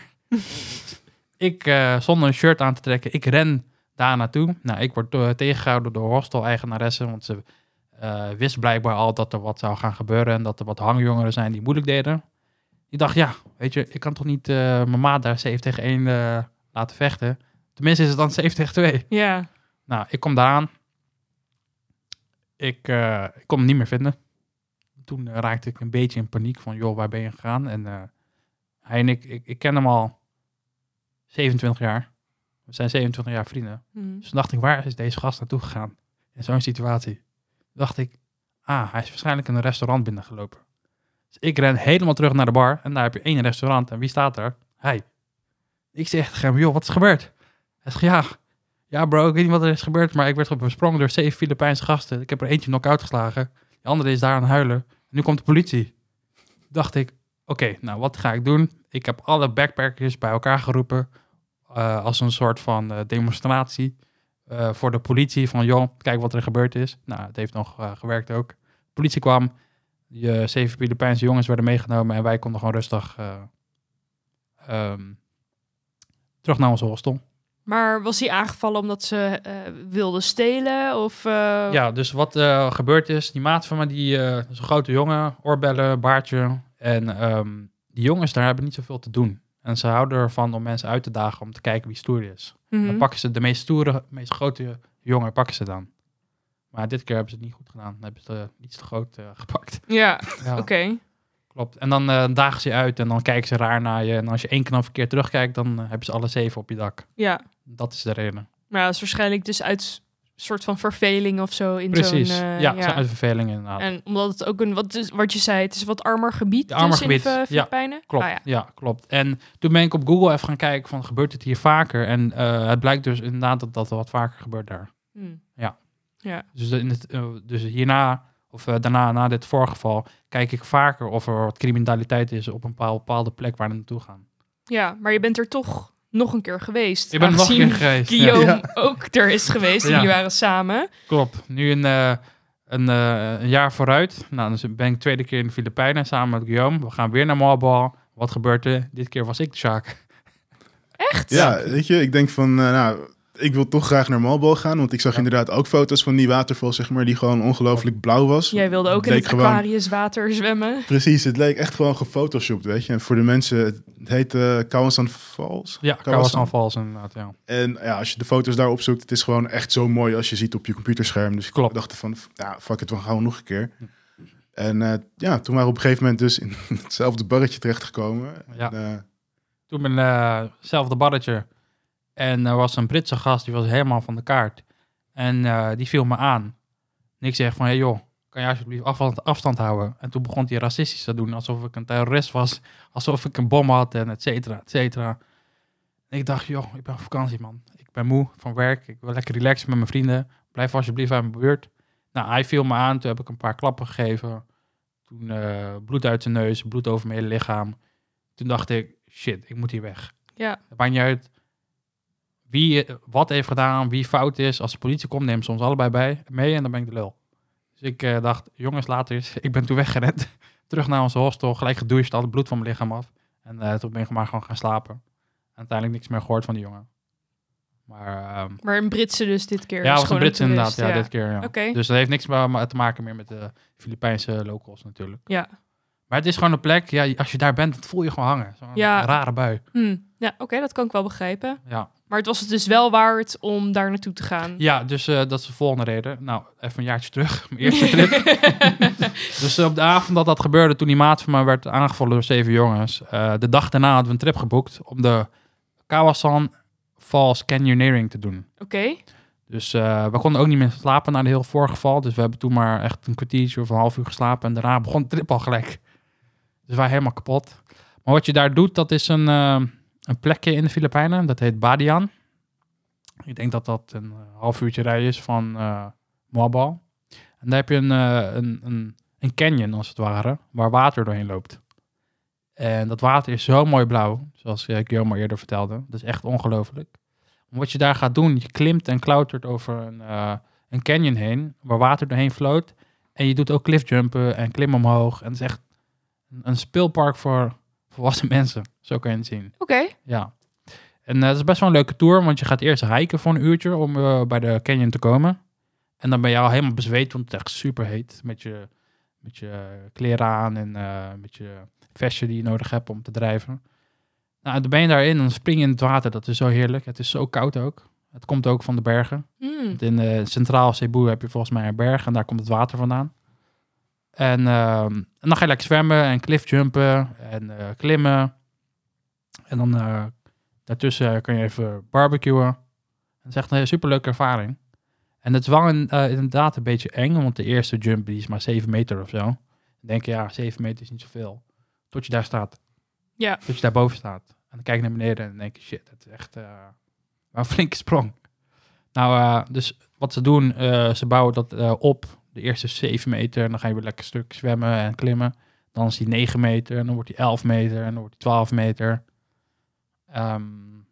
ik, uh, zonder een shirt aan te trekken, ik ren daar naartoe. Nou, ik word uh, tegengehouden door de hostel-eigenaressen, want ze uh, wist blijkbaar al dat er wat zou gaan gebeuren en dat er wat hangjongeren zijn die moeilijk deden. Ik dacht, ja, weet je, ik kan toch niet uh, mijn maat daar zeven tegen één uh, laten vechten. Tenminste is het dan zeven tegen twee. Ja. Nou, ik kom daar aan. Ik, uh, ik kon hem niet meer vinden. Toen uh, raakte ik een beetje in paniek van, joh, waar ben je gegaan? En uh, hij en ik, ik, ik ken hem al zevenentwintig jaar. We zijn zevenentwintig jaar vrienden. Mm. Dus toen dacht ik, waar is deze gast naartoe gegaan? In zo'n situatie. Toen dacht ik, ah, hij is waarschijnlijk in een restaurant binnengelopen. Dus ik ren helemaal terug naar de bar. En daar heb je één restaurant. En wie staat er? Hij. Ik zeg tegen hem, joh, wat is gebeurd? Hij zegt, ja... Ja bro, ik weet niet wat er is gebeurd, maar ik werd besprongen door zeven Filipijnse gasten. Ik heb er eentje knock-out geslagen. De andere is daar aan het huilen. En nu komt de politie. Dacht ik, oké, okay, nou wat ga ik doen? Ik heb alle backpackers bij elkaar geroepen. Uh, als een soort van uh, demonstratie. Uh, voor de politie van, joh, kijk wat er gebeurd is. Nou, het heeft nog uh, gewerkt ook. De politie kwam. Die uh, zeven Filipijnse jongens werden meegenomen. En wij konden gewoon rustig uh, um, terug naar onze hostel. Maar was hij aangevallen omdat ze uh, wilden stelen? Of, uh... Ja, dus wat uh, gebeurd is, die maat van me, die uh, is een grote jongen, oorbellen, baardje. En um, die jongens daar hebben niet zoveel te doen. En ze houden ervan om mensen uit te dagen om te kijken wie stoer is. Mm-hmm. Dan pakken ze de meest stoere, meest grote jongen, pakken ze dan. Maar dit keer hebben ze het niet goed gedaan. Dan hebben ze het uh, iets te groot uh, gepakt. Ja, ja. oké. Okay. Klopt. En dan uh, dagen ze je uit en dan kijken ze raar naar je. En als je één knap verkeerd terugkijkt, dan uh, hebben ze alle zeven op je dak. Ja. Dat is de reden. Maar dat is waarschijnlijk dus uit soort van verveling of zo in Precies. zo'n... Uh, ja, ja. uit verveling inderdaad. En omdat het ook een, wat, is, wat je zei, het is een wat armer gebied. De armer dus gebied, in Filipijnen. Ja, klopt. Ah, ja. ja, klopt. En toen ben ik op Google even gaan kijken van, gebeurt het hier vaker? En uh, het blijkt dus inderdaad dat dat wat vaker gebeurt daar. Hmm. Ja. ja. Dus, in het, uh, dus hierna, of uh, daarna, na dit voorgeval, kijk ik vaker of er wat criminaliteit is op een bepaalde, bepaalde plek waar we naartoe gaan. Ja, maar je bent er toch nog een keer geweest. Ik ben nog een keer geweest. Guillaume ja. ook er is geweest. En ja. jullie waren samen. Klopt. Nu een, uh, een, uh, een jaar vooruit. Nou, dus ben ik de tweede keer in de Filipijnen samen met Guillaume. We gaan weer naar Malbal. Wat gebeurt er? Dit keer was ik de Sjaak. Echt? Ja, weet je, ik denk van, uh, nou, ik wil toch graag naar Malbal gaan. Want ik zag ja. inderdaad ook foto's van die waterval, zeg maar, die gewoon ongelooflijk blauw was. Jij wilde ook het in het gewoon... Aquariuswater zwemmen. Precies, het leek echt gewoon gefotoshopt, weet je. En voor de mensen, het heet uh, Kawasan Falls. Ja, Kawasan Falls inderdaad, ja. En ja, als je de foto's daar opzoekt, het is gewoon echt zo mooi als je ziet op je computerscherm. Dus Klopt. ik dacht van, ja, fuck it, we gaan nog een keer. En uh, ja, toen waren we op een gegeven moment dus in hetzelfde barretje terechtgekomen. Ja. En, uh, toen ben uh, hetzelfde barretje. En er was een Britse gast, die was helemaal van de kaart. En uh, die viel me aan. En ik zeg van, hé hey joh, kan je alsjeblieft afstand, afstand houden? En toen begon hij racistisch te doen, alsof ik een terrorist was. Alsof ik een bom had en et cetera, et cetera. En En ik dacht, joh, ik ben op vakantie, man. Ik ben moe van werk. Ik wil lekker relaxen met mijn vrienden. Blijf alsjeblieft uit mijn buurt. Nou, hij viel me aan. Toen heb ik een paar klappen gegeven. Toen uh, bloed uit zijn neus, bloed over mijn hele lichaam. Toen dacht ik, shit, ik moet hier weg. Ja. Het maakt niet uit wie wat heeft gedaan, wie fout is. Als de politie komt, neem ze ons allebei bij, mee en dan ben ik de lul. Dus ik uh, dacht, jongens, later is. Ik ben toen weggerend. Terug naar onze hostel, gelijk gedoucht, al het bloed van mijn lichaam af. En uh, toen ben ik maar gewoon gaan slapen. En uiteindelijk niks meer gehoord van die jongen. Maar, um, maar een Britse dus dit keer? Ja, het was gewoon een Britse toerist, inderdaad, ja, ja, dit keer. Ja. Okay. Dus dat heeft niks meer te maken meer met de Filipijnse locals natuurlijk. Ja. Maar het is gewoon een plek, ja, als je daar bent, dat voel je gewoon hangen. Zo'n ja. rare bui. Hm. Ja, oké, okay, dat kan ik wel begrijpen. Ja. Maar het was het dus wel waard om daar naartoe te gaan. Ja, dus uh, dat is de volgende reden. Nou, even een jaartje terug. Mijn eerste trip. Dus uh, op de avond dat dat gebeurde, toen die maat van mij werd aangevallen door zeven jongens. Uh, de dag daarna hadden we een trip geboekt om de Kawasan Falls Canyoneering te doen. Oké. Okay. Dus uh, we konden ook niet meer slapen na de heel voorgeval. Dus we hebben toen maar echt een kwartiertje of een half uur geslapen. En daarna begon de trip al gelijk. Dus we waren helemaal kapot. Maar wat je daar doet, dat is een, uh, een plekje in de Filipijnen. Dat heet Badian. Ik denk dat dat een uh, half uurtje rijden is van uh, Moabal. En daar heb je een, uh, een, een, een canyon, als het ware, waar water doorheen loopt. En dat water is zo mooi blauw, zoals ik je al eerder vertelde. Dat is echt ongelooflijk. Wat je daar gaat doen, je klimt en klautert over een, uh, een canyon heen, waar water doorheen vloot. En je doet ook cliffjumpen en klimmen omhoog. En het is echt een, een speelpark voor volwassen mensen. Zo kan je het zien. Oké. Okay. Ja. En uh, het is best wel een leuke tour, want je gaat eerst hiken voor een uurtje om uh, bij de canyon te komen. En dan ben je al helemaal bezweet, want het is echt super heet. Met je, met je kleren aan en uh, met je vestje die je nodig hebt om te drijven. Nou, dan ben je daarin en dan spring je in het water. Dat is zo heerlijk. Het is zo koud ook. Het komt ook van de bergen. Mm. In uh, Centraal Cebu heb je volgens mij een berg en daar komt het water vandaan. En, uh, en dan ga je lekker zwemmen en cliffjumpen en uh, klimmen. En dan uh, daartussen kun je even barbecuen. Het is echt een superleuke ervaring. En het is wel een, uh, inderdaad een beetje eng, want de eerste jump die is maar zeven meter of zo. Dan denk je, ja, zeven meter is niet zoveel. Tot je daar staat. Ja. Dat je daar boven staat. En dan kijk je naar beneden en dan denk je, shit, dat is echt uh, een flinke sprong. Nou, uh, dus wat ze doen, uh, ze bouwen dat uh, op, de eerste zeven meter. En dan ga je weer lekker stuk zwemmen en klimmen. Dan is die negen meter en dan wordt die elf meter en dan wordt die twaalf meter. Um,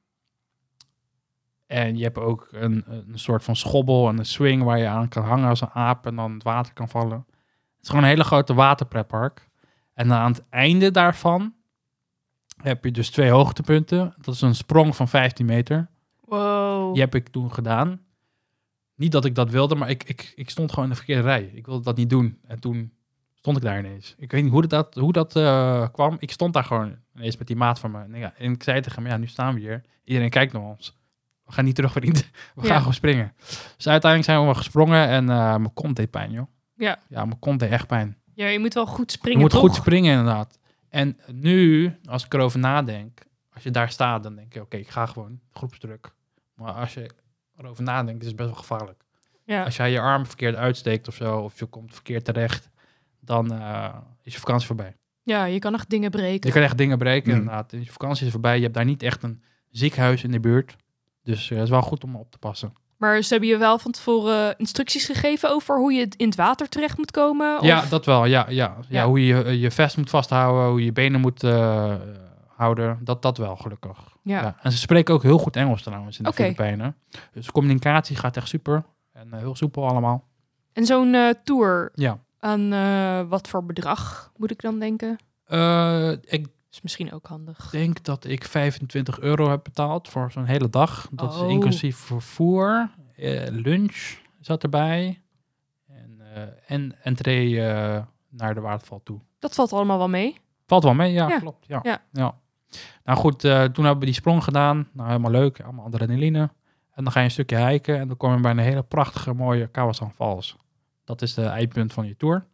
en je hebt ook een, een soort van schobbel en een swing waar je aan kan hangen als een aap en dan het water kan vallen. Het is gewoon een hele grote waterpretpark. En aan het einde daarvan heb je dus twee hoogtepunten. Dat is een sprong van vijftien meter. Wow. Die heb ik toen gedaan. Niet dat ik dat wilde, maar ik, ik, ik stond gewoon in de verkeerde rij. Ik wilde dat niet doen. En toen stond ik daar ineens. Ik weet niet hoe dat, hoe dat uh, kwam. Ik stond daar gewoon ineens met die maat van me. En, ja, en ik zei tegen hem, ja, nu staan we hier. Iedereen kijkt naar ons. We gaan niet terug, vriend. We gaan ja. gewoon springen. Dus uiteindelijk zijn we gesprongen en uh, mijn kont deed pijn, joh. Ja. Ja, mijn kont deed echt pijn. Ja, je moet wel goed springen, Je moet toch? goed springen, inderdaad. En nu, als ik erover nadenk, als je daar staat, dan denk je, oké, okay, ik ga gewoon, groepsdruk. Maar als je erover nadenkt, is het best wel gevaarlijk. Ja. Als jij je arm verkeerd uitsteekt of zo, of je komt verkeerd terecht, dan uh, is je vakantie voorbij. Ja, je kan echt dingen breken. Je kan echt dingen breken, Mm. inderdaad. Je vakantie is voorbij, je hebt daar niet echt een ziekenhuis in de buurt. Dus uh, het is wel goed om op te passen. Maar ze hebben je wel van tevoren instructies gegeven over hoe je in het water terecht moet komen? Of? Ja, dat wel. Ja, ja. ja. Ja. Hoe je je vest moet vasthouden, hoe je je benen moet uh, houden. Dat, dat wel, gelukkig. Ja. Ja. En ze spreken ook heel goed Engels trouwens in de Okay. Filipijnen. Dus de communicatie gaat echt super. En uh, heel soepel allemaal. En zo'n uh, tour, Ja. aan uh, wat voor bedrag moet ik dan denken? Uh, ik Is misschien ook handig. denk dat ik vijfentwintig euro heb betaald voor zo'n hele dag. Dat Oh. is inclusief vervoer, uh, lunch zat erbij. En, uh, en entree uh, naar de waterval toe. Dat valt allemaal wel mee. Valt wel mee, ja, Ja. klopt. Ja. Ja. Ja. Nou goed, uh, toen hebben we die sprong gedaan. Nou, helemaal leuk, allemaal adrenaline. En dan ga je een stukje hiken en dan kom je bij een hele prachtige, mooie Kawasan Falls. Dat is de eindpunt van je tour.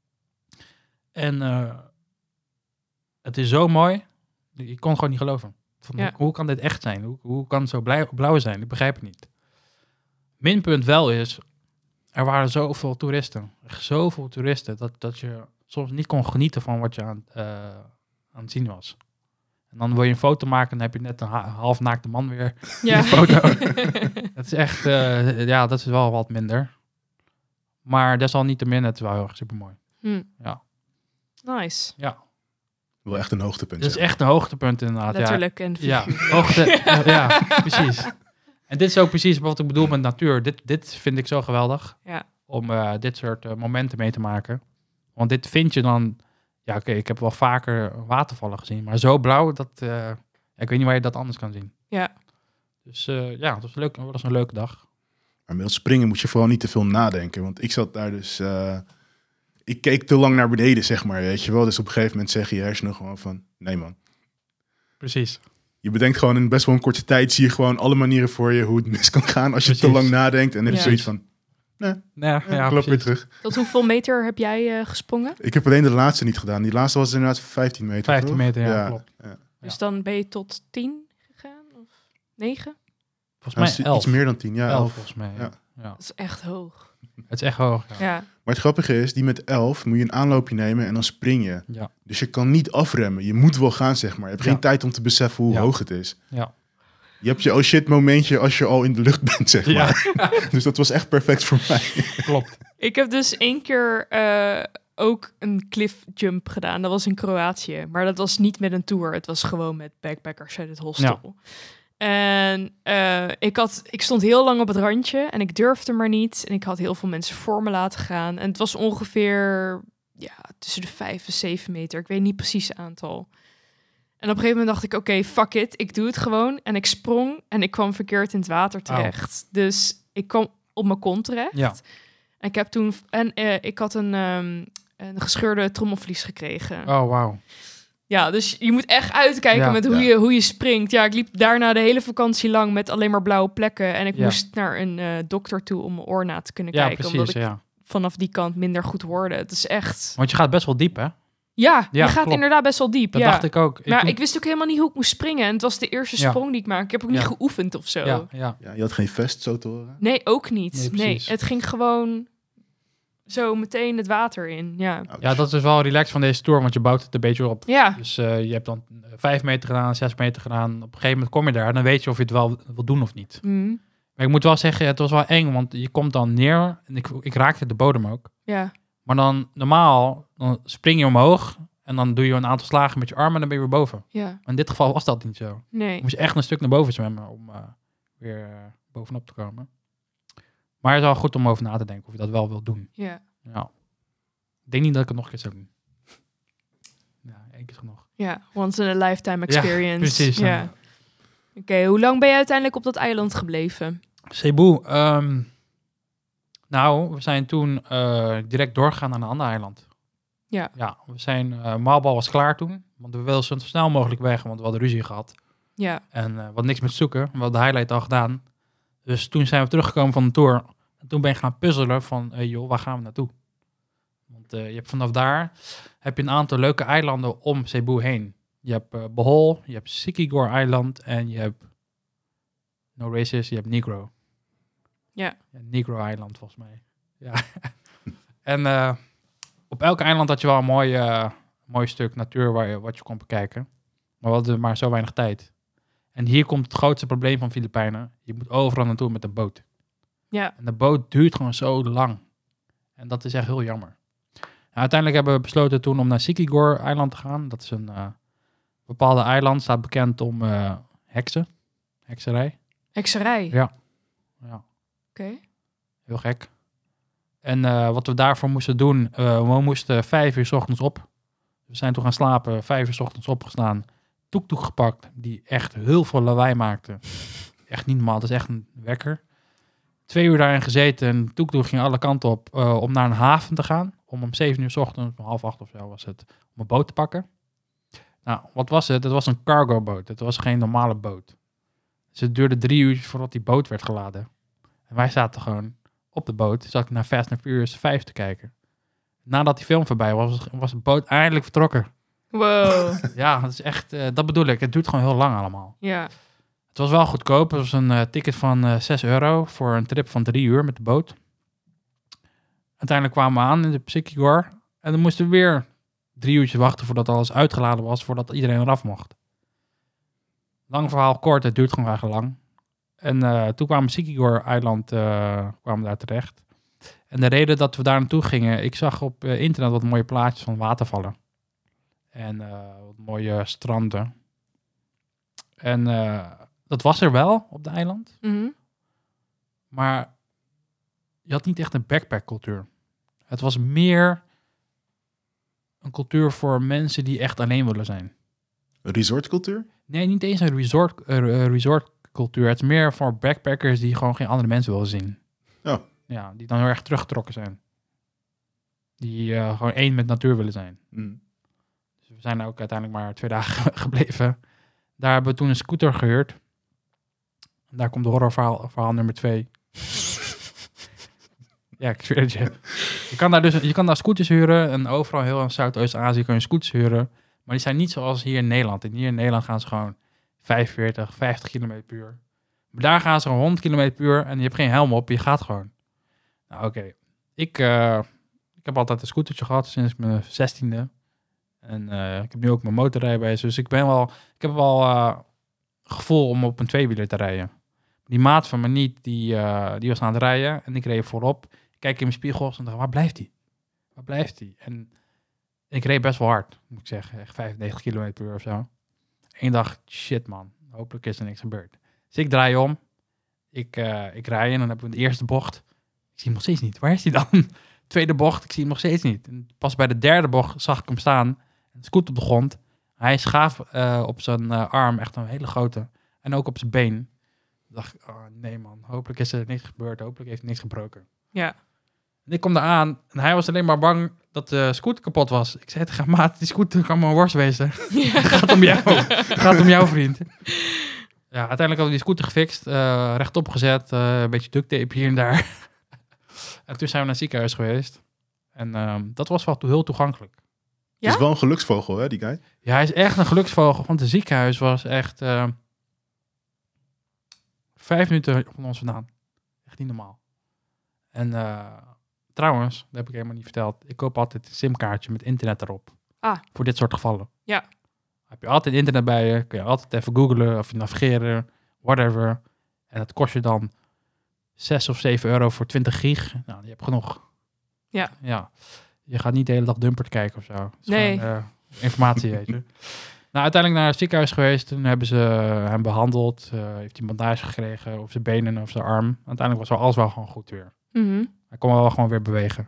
En uh, het is zo mooi. Ik kon het gewoon niet geloven. Van, Ja. hoe, hoe kan dit echt zijn? Hoe, hoe kan het zo blij, blauw zijn? Ik begrijp het niet. Minpunt wel is, er waren zoveel toeristen. Echt zoveel toeristen, dat, dat je soms niet kon genieten van wat je aan, uh, aan het zien was. En dan wil je een foto maken en dan heb je net een ha- half naakte man weer Ja. in de foto. Dat is echt, uh, ja, dat is wel wat minder. Maar desalniettemin, het is wel heel erg supermooi. Hm. Ja. Nice. Ja, Wel echt een hoogtepunt. dat is zeg. echt een hoogtepunt inderdaad. Letterlijk en Ja, figuurlijk. ja, hoogte, uh, ja, precies. En dit is ook precies wat ik bedoel met natuur. Dit, dit vind ik zo geweldig. Ja. Om uh, dit soort uh, momenten mee te maken. Want dit vind je dan... Ja, oké, okay, ik heb wel vaker watervallen gezien. Maar zo blauw, dat... Uh, ja, ik weet niet waar je dat anders kan zien. Ja. Dus uh, ja, het was, leuk, het was een leuke dag. Maar met springen moet je vooral niet te veel nadenken. Want ik zat daar dus... Uh, ik keek te lang naar beneden, zeg maar. Weet je wel? Dus op een gegeven moment zeggen je hersenen gewoon van... Nee, man. Precies. Je bedenkt gewoon in best wel een korte tijd... zie je gewoon alle manieren voor je hoe het mis kan gaan... als je Precies. te lang nadenkt. En dan heb je Ja. zoiets van... Nee, Ja, ja, ja, ik loop weer precies. terug. Tot hoeveel meter heb jij uh, gesprongen? Ik heb alleen de laatste niet gedaan. Die laatste was inderdaad vijftien meter. vijftien toch? meter, ja, klopt. Ja. Dus dan ben je tot tien gegaan? Of negen? Volgens mij Ja, elf. iets meer dan tien. Ja, elf, elf. volgens mij. Ja. Ja. Ja. Dat is echt hoog. Het is echt hoog. Ja. Ja. Maar het grappige is, die met elf moet je een aanloopje nemen en dan spring je. Ja. Dus je kan niet afremmen. Je moet wel gaan, zeg maar. Je hebt Ja. geen tijd om te beseffen hoe Ja. hoog het is. Ja. Je hebt je oh shit momentje als je al in de lucht bent, zeg Ja. maar. Dus dat was echt perfect voor mij. Klopt. Ik heb dus één keer uh, ook een cliff jump gedaan. Dat was in Kroatië. Maar dat was niet met een tour. Het was gewoon met backpackers uit het hostel. En uh, ik, had, ik stond heel lang op het randje en ik durfde maar niet. En ik had heel veel mensen voor me laten gaan. En het was ongeveer ja, tussen de vijf en zeven meter. Ik weet niet precies het aantal. En op een gegeven moment dacht ik, oké, okay, fuck it. Ik doe het gewoon. En ik sprong en ik kwam verkeerd in het water terecht. Oh. Dus ik kwam op mijn kont terecht. Ja. En ik heb toen... En uh, ik had een, um, een gescheurde trommelvlies gekregen. Oh, wauw. Ja, dus je moet echt uitkijken ja, met hoe, ja. je, hoe je springt. Ja, ik liep daarna de hele vakantie lang met alleen maar blauwe plekken. En ik ja. moest naar een uh, dokter toe om mijn oor na te kunnen ja, kijken. Precies, omdat ik ja. vanaf die kant minder goed hoorde. Het is echt... Want je gaat best wel diep, hè? Ja, ja je gaat klopt. inderdaad best wel diep. Dat ja. dacht ik ook. Ik maar toen... ik wist ook helemaal niet hoe ik moest springen. En het was de eerste ja. sprong die ik maakte. Ik heb ook niet ja. geoefend of zo. Ja, ja. Ja, je had geen vest zo te horen? Nee, ook niet. Nee, nee, het ging gewoon zo meteen het water in. Ja, ja, dat is wel relaxed van deze tour, want je bouwt het een beetje op. Ja. Dus uh, je hebt dan vijf meter gedaan, zes meter gedaan. Op een gegeven moment kom je daar en dan weet je of je het wel wil doen of niet. Mm. Maar ik moet wel zeggen, het was wel eng, want je komt dan neer en ik, ik raakte de bodem ook. Ja. Maar dan normaal, dan spring je omhoog en dan doe je een aantal slagen met je armen en dan ben je weer boven. Ja. Maar in dit geval was dat niet zo. Nee. Je moest echt een stuk naar boven zwemmen om uh, weer uh, bovenop te komen. Maar het is wel goed om over na te denken of je dat wel wilt doen. Ja. Ja. Ik denk niet dat ik het nog een keer zou doen. Ja, één keer genoeg. Ja, once in a lifetime experience. Ja, precies. Ja. Oké, okay, hoe lang ben je uiteindelijk op dat eiland gebleven? Cebu. Um, nou, we zijn toen uh, direct doorgegaan naar een ander eiland. Ja. Ja, we zijn... Uh, Maalbal was klaar toen. Want we wilden zo snel mogelijk weg, want we hadden ruzie gehad. Ja. En uh, we hadden niks met zoeken. We hadden de highlight al gedaan. Dus toen zijn we teruggekomen van de tour. En toen ben ik gaan puzzelen van, hey joh, waar gaan we naartoe? Want uh, je hebt vanaf daar heb je een aantal leuke eilanden om Cebu heen. Je hebt uh, Bohol, je hebt Sikigor eiland en je hebt No Racist, je hebt Negro. Ja. ja Negro eiland volgens mij. Ja. en uh, op elk eiland had je wel een mooi, uh, mooi stuk natuur waar je, wat je kon bekijken. Maar we hadden maar zo weinig tijd. En hier komt het grootste probleem van Filipijnen. Je moet overal naartoe met de boot. Ja. En de boot duurt gewoon zo lang. En dat is echt heel jammer. En uiteindelijk hebben we besloten toen om naar Sikigor eiland te gaan. Dat is een uh, bepaalde eiland, staat bekend om uh, heksen. Hekserij. Hekserij? Ja. ja. Oké. Okay. Heel gek. En uh, wat we daarvoor moesten doen, uh, we moesten vijf uur 's ochtends op. We zijn toen gaan slapen, vijf uur 's ochtends opgestaan. Toek-toek gepakt, die echt heel veel lawaai maakte. Echt niet normaal, dat is echt een wekker. Twee uur daarin gezeten en toek-toek ging alle kanten op uh, om naar een haven te gaan. Om om zeven uur 's ochtends, om half acht of zo was het, om een boot te pakken. Nou, wat was het? Het was een cargo boot. Het was geen normale boot. Dus het duurde drie uur voordat die boot werd geladen. En wij zaten gewoon op de boot. Zat ik naar Fast and Furious vijf te kijken. Nadat die film voorbij was, was de boot eindelijk vertrokken. Wow. Ja, dat is echt, uh, dat bedoel ik. Het duurt gewoon heel lang allemaal. Ja. Het was wel goedkoop. Het was een uh, ticket van uh, zes euro voor een trip van drie uur met de boot. Uiteindelijk kwamen we aan in de Sikigor. En dan moesten we weer drie uurtjes wachten voordat alles uitgeladen was, voordat iedereen eraf mocht. Lang verhaal kort, het duurt gewoon eigenlijk lang. En uh, toen kwamen Sikigor-eiland uh, kwamen daar terecht. En de reden dat we daar naartoe gingen, ik zag op uh, internet wat mooie plaatjes van watervallen. En uh, wat mooie stranden. En uh, dat was er wel op de eiland. Mm-hmm. Maar je had niet echt een backpackcultuur. Het was meer een cultuur voor mensen die echt alleen willen zijn. Een resortcultuur? Nee, niet eens een resort, uh, resortcultuur. Het is meer voor backpackers die gewoon geen andere mensen willen zien. Oh. Ja, die dan heel erg teruggetrokken zijn. Die uh, gewoon één met natuur willen zijn. Mm. Dus we zijn ook uiteindelijk maar twee dagen gebleven. Daar hebben we toen een scooter gehuurd. En daar komt de horrorverhaal verhaal nummer twee. Ja, ik zweer het je. Je kan daar dus je kan daar scooters huren. En overal heel in Zuidoost-Azië kun je scooters huren. Maar die zijn niet zoals hier in Nederland. En hier in Nederland gaan ze gewoon vijfenveertig, vijftig kilometer per uur. Maar daar gaan ze gewoon honderd kilometer per uur. En je hebt geen helm op. Je gaat gewoon. Nou, oké. Okay. Ik, uh, ik heb altijd een scootertje gehad sinds mijn zestiende. En uh, ik heb nu ook mijn motorrijbewijs. Dus ik ben wel... Ik heb wel uh, gevoel om op een tweewieler te rijden. Die maat van me niet, die, uh, die was aan het rijden. En ik reed voorop. Ik kijk in mijn spiegels en dacht, waar blijft hij? Waar blijft hij? En ik reed best wel hard, moet ik zeggen. Echt vijfennegentig kilometer per uur of zo. En ik dacht, shit man, hopelijk is er niks gebeurd. Dus ik draai om. Ik, uh, ik rij en dan heb ik de eerste bocht. Ik zie hem nog steeds niet. Waar is hij dan? Tweede bocht, ik zie hem nog steeds niet. En pas bij de derde bocht zag ik hem staan. En scoot op de grond. Hij is gaaf uh, op zijn uh, arm, echt een hele grote. En ook op zijn been. Ik dacht, oh nee man, hopelijk is er niks gebeurd. Hopelijk heeft hij niks gebroken. Ja. En ik kom daar aan en hij was alleen maar bang dat de scooter kapot was. Ik zei tegen maat, die scooter kan maar een worst wezen. Ja. Het gaat om jou. Het gaat om jou, vriend. Ja, uiteindelijk hadden we die scooter gefixt. Uh, rechtop gezet. Uh, een beetje duct tape hier en daar. En toen zijn we naar het ziekenhuis geweest. En um, dat was wel heel toegankelijk. Ja? Het is wel een geluksvogel, hè, die guy? Ja, hij is echt een geluksvogel. Want het ziekenhuis was echt uh, vijf minuten van ons vandaan. Echt niet normaal. En uh, trouwens, dat heb ik helemaal niet verteld. Ik koop altijd een simkaartje met internet erop. Ah. Voor dit soort gevallen. Ja. Heb je altijd internet bij je. Kun je altijd even googlen of navigeren. Whatever. En dat kost je dan zes of zeven euro voor twintig gig. Nou, je hebt genoeg. Ja. Ja. Je gaat niet de hele dag Dumpert kijken of zo. Het is nee. Gewoon, uh, informatie, weet je. Nou, uiteindelijk naar het ziekenhuis geweest. Toen hebben ze hem behandeld. Uh, heeft hij bandage gekregen op zijn benen of zijn arm. Uiteindelijk was wel alles wel gewoon goed weer. Mm-hmm. Hij kon wel gewoon weer bewegen.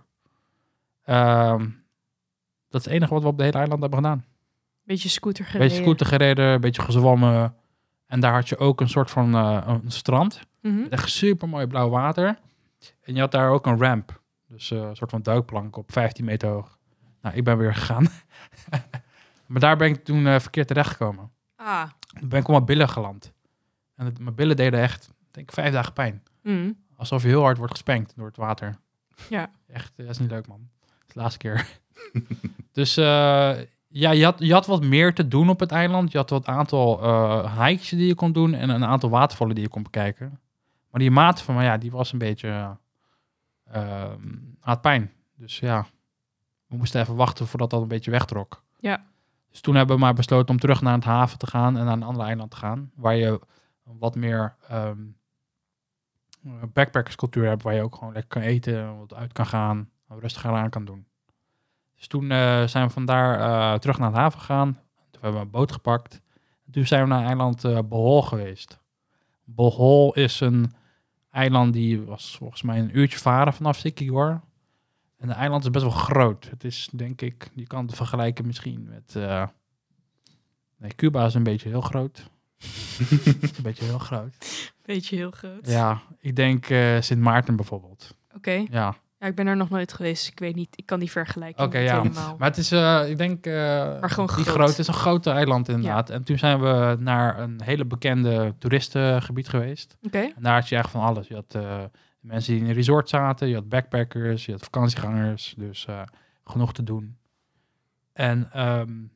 Um, dat is het enige wat we op de hele eiland hebben gedaan. Beetje scooter gereden. Beetje scooter gereden, een beetje gezwommen. En daar had je ook een soort van uh, een strand. Mm-hmm. Met echt super mooi blauw water. En je had daar ook een ramp. Dus uh, een soort van duikplank op vijftien meter hoog. Nou, ik ben weer gegaan. Maar daar ben ik toen uh, verkeerd terechtgekomen. Ah. Toen ben ik op mijn billen geland. En het, mijn billen deden echt, denk ik, vijf dagen pijn. Mm. Alsof je heel hard wordt gespankt door het water. Ja. Echt, dat is niet leuk, man. Dat is de laatste keer. Dus uh, ja, je had, je had wat meer te doen op het eiland. Je had wat aantal uh, hikes die je kon doen en een aantal watervallen die je kon bekijken. Maar die maat van me, ja, die was een beetje... Uh, had pijn. Dus ja, we moesten even wachten voordat dat een beetje wegtrok. Ja. Dus toen hebben we maar besloten om terug naar het haven te gaan en naar een ander eiland te gaan. Waar je wat meer um, backpackerscultuur hebt, waar je ook gewoon lekker kan eten, wat uit kan gaan, rustig aan kan doen. Dus toen uh, zijn we vandaar uh, terug naar het haven gegaan. Toen hebben we een boot gepakt. En toen zijn we naar eiland uh, Bohol geweest. Bohol is een eiland die was volgens mij een uurtje varen vanaf Sikigor. En de eiland is best wel groot. Het is, denk ik, je kan het vergelijken misschien met... Uh, nee, Cuba is een beetje heel groot. een beetje heel groot. Beetje heel groot. Ja, ik denk uh, Sint Maarten bijvoorbeeld. Oké. Okay. Ja. Ja, ik ben er nog nooit geweest. Ik weet niet, ik kan die vergelijking okay, niet ja. helemaal. Maar het is, uh, ik denk... Uh, maar gewoon die groot. groot. Het is een grote eiland inderdaad. Ja. En toen zijn we naar een hele bekende toeristengebied geweest. Oké. Okay. En daar had je echt van alles. Je had uh, mensen die in een resort zaten. Je had backpackers. Je had vakantiegangers. Dus uh, genoeg te doen. En um,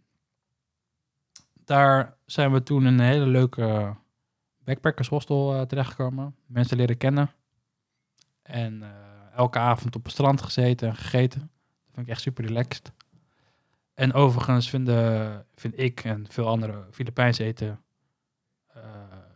daar zijn we toen in een hele leuke backpackershostel uh, terechtgekomen. Mensen leren kennen. En... Uh, elke avond op het strand gezeten en gegeten. Dat vind ik echt super relaxed. En overigens vinden, vind ik en veel andere Filipijns eten uh,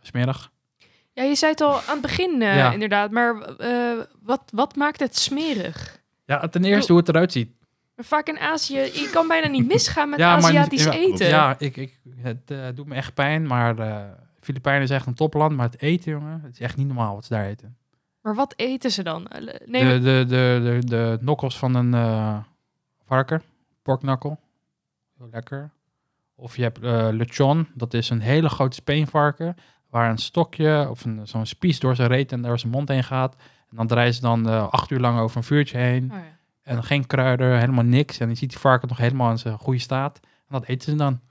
Smerig. Ja, je zei het al aan het begin uh, Ja. inderdaad. Maar uh, wat, wat maakt het smerig? Ja, ten eerste hoe het eruit ziet. Maar vaak in Azië, je kan bijna niet misgaan met Ja, maar niet- Aziatisch ja, eten. Ja, ik, ik, het uh, doet me echt pijn, maar uh, Filipijnen is echt een topland. Maar het eten, jongen, het is echt niet normaal wat ze daar eten. Maar wat eten ze dan? Nee, De, de, de, de, de nokkels van een uh, varken, porknakkel, heel lekker. Of je hebt uh, lechon, dat is een hele grote speenvarken, waar een stokje of een, zo'n spies door zijn reet en door zijn mond heen gaat. En dan draaien ze dan uh, acht uur lang over een vuurtje heen. Oh ja. En geen kruiden, helemaal niks. En je ziet die varken nog helemaal in zijn goede staat. En dat eten ze dan.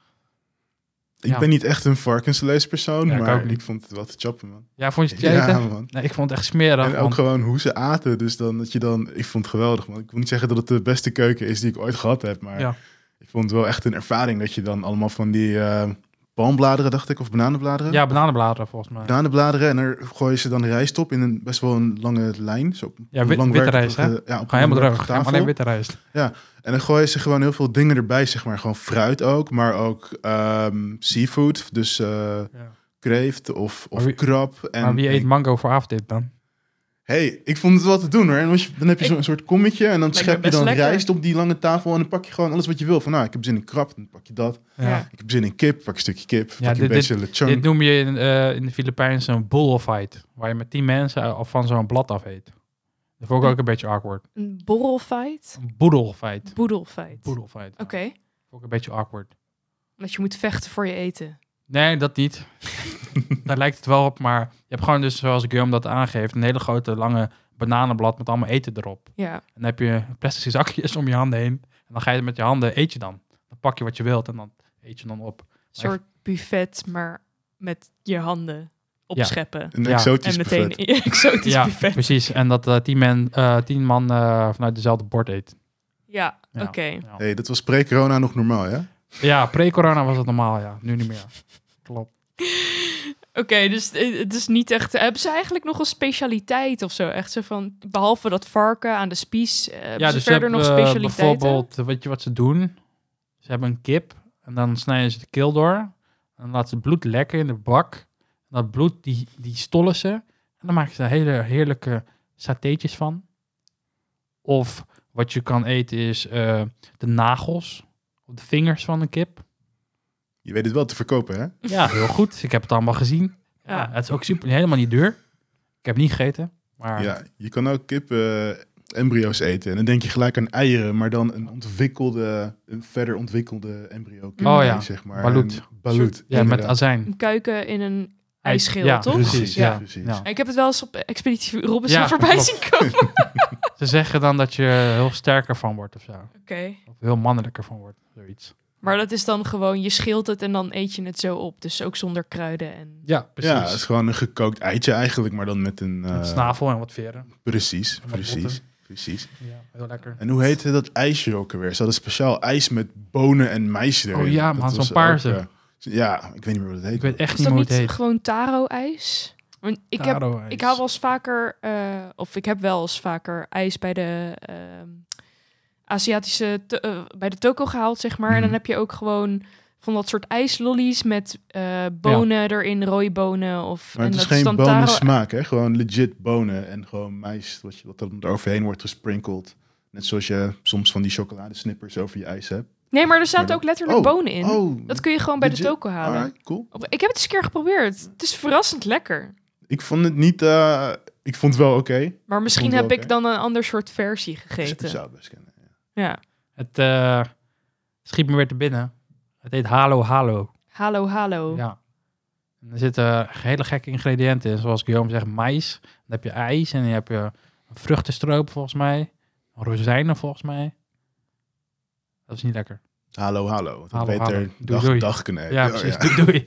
Ik Ja. ben niet echt een varkensvleespersoon, Ja, ik maar ook niet. ik vond het wel te chappen, man. Ja, vond je het Ja, eten? man. Nee, ik vond het echt smerig. En ook want- gewoon hoe ze aten. Dus dan dat je dan... Ik vond het geweldig, man. Ik wil niet zeggen dat het de beste keuken is die ik ooit gehad heb, maar Ja. ik vond het wel echt een ervaring dat je dan allemaal van die uh, palmbladeren, dacht ik, of bananenbladeren. Ja, bananenbladeren volgens mij. Bananenbladeren en daar gooien ze dan rijst op in een best wel een lange lijn. Zo op Ja, een wit- witte langwerpige- rijst, hè? Ja, op Gewoon een helemaal droog. langwerpige Alleen tafel. witte rijst. En dan gooien ze gewoon heel veel dingen erbij, zeg maar. Gewoon fruit ook, maar ook um, seafood. Dus uh, Ja. kreeft of, of Maar wie- krab. En Maar wie eet ik- mango voor avondeten dan? hey, ik vond het wel te doen hoor. En als je, dan heb je Ik- zo'n soort kommetje en dan Lijkt me schep je best dan lekker. rijst op die lange tafel en dan pak je gewoon alles wat je wil. Van nou, ik heb zin in krab, dan pak je dat. Ja. Ik heb zin in kip, pak een stukje kip. Pak Ja, je dit- een beetje lechon. Dit noem je in, uh, in de Filipijnen een bullfight. Waar je met tien mensen al van zo'n blad af eet. Dat vond ik ook een beetje awkward. Een borrelfight? Een boedelfight. Boedelfight. Boedelfight. Oké. Ja. Vond ik een beetje awkward. Dat je moet vechten voor je eten. Nee, dat niet. Daar lijkt het wel op, maar je hebt gewoon dus, zoals Guillaume dat aangeeft, een hele grote lange bananenblad met allemaal eten erop. Ja. En dan heb je plastic zakjes om je handen heen. En dan ga je met je handen, eet je dan. Dan pak je wat je wilt en dan eet je dan op. Een soort buffet, maar met je handen opscheppen. Een Ja. exotisch En meteen buffet. een exotisch Ja, buffet. precies. En dat uh, tien, men, uh, tien man uh, vanuit dezelfde bord eet. Ja, Ja. oké. Ja, Hey, dat was pre-corona nog normaal, ja? ja pre-corona was het normaal, ja. Nu niet meer. Klopt. Oké, dus eh, het is niet echt... Hebben ze eigenlijk nog een specialiteit of zo? Echt zo van, behalve dat varken aan de spies, eh, hebben Ja, ze dus verder ze nog hebben, uh, specialiteiten? bijvoorbeeld, weet je wat ze doen? Ze hebben een kip en dan snijden ze de keel door. En dan laten ze het bloed lekken in de bak. En dat bloed, die, die stollen ze. En dan maken ze er hele heerlijke satéetjes van. Of wat je kan eten is uh, de nagels of de vingers van een kip. Je weet het wel te verkopen, hè? Ja, heel goed. Ik heb het allemaal gezien. Ja, Ja. het is ook super, helemaal niet duur. Ik heb niet gegeten, maar Ja, je kan ook kip uh, embryo's eten. En dan denk je gelijk aan eieren, maar dan een ontwikkelde, een verder ontwikkelde embryo. Kip, Oh ja, zeg maar. balut. Een balut. ja, met inderdaad. azijn. Een kuiken in een ijsschil, Ja, toch? precies. Ja, Ja, precies. ja. Ik heb het wel eens op Expeditie Robinson Ja, voorbij klopt. zien komen. Ze zeggen dan dat je heel sterker van wordt of zo. Oké. Of heel mannelijker van wordt, zoiets. Maar dat is dan gewoon, je schilt het en dan eet je het zo op. Dus ook zonder kruiden. En... Ja, precies. Ja, het is gewoon een gekookt eitje eigenlijk, maar dan met een... Uh, Met snavel en wat veren. Precies, En wat precies, botten. precies. Ja, heel lekker. En hoe heette dat ijsje ook alweer? Ze hadden speciaal ijs met bonen en mais erin. Oh ja, Dat man, zo'n was ook, paarse. uh, ja, ik weet niet meer wat het heet. Ik weet echt Is niet dat hoe het niet heet. gewoon taro-ijs? Want ik, heb, Taro-ijs. ik hou wel eens vaker, uh, of ik heb wel eens vaker ijs bij de uh, Aziatische, to- uh, bij de toko gehaald, zeg maar. Mhm. En dan heb je ook gewoon van dat soort ijslollies met uh, bonen erin, rode bonen. Of, Maar en het is dat geen dan taro- bonensmaak, hè? Gewoon legit bonen en gewoon mais, wat, je, wat er eroverheen wordt gesprinkeld. Net zoals je soms van die chocoladesnippers over je ijs hebt. Nee, maar er zaten Maar ook letterlijk oh, bonen in. Oh, Dat kun je gewoon bij de legit? toko halen. Alright, cool. Op- Ik heb het eens een keer geprobeerd. Het is verrassend lekker. Ik vond het niet... Uh, ik vond het wel oké. Okay. Maar misschien vond het heb wel ik oké. dan een ander soort versie Ik gegeten. zou het best kennen. Ja. Ja. Het uh, schiet me weer te binnen. Het heet Halo Halo. Hallo, hallo. Ja. En er zitten hele gekke ingrediënten in. Zoals Guillaume zegt, mais. Dan heb je ijs en dan heb je een vruchtenstroop volgens mij. Rozijnen volgens mij. Dat is niet lekker. Hallo, hallo. Dat Hallo, beter hallo. Doei, dag, doei. dag kunnen Ja, eten. precies. Oh, Doei, doei.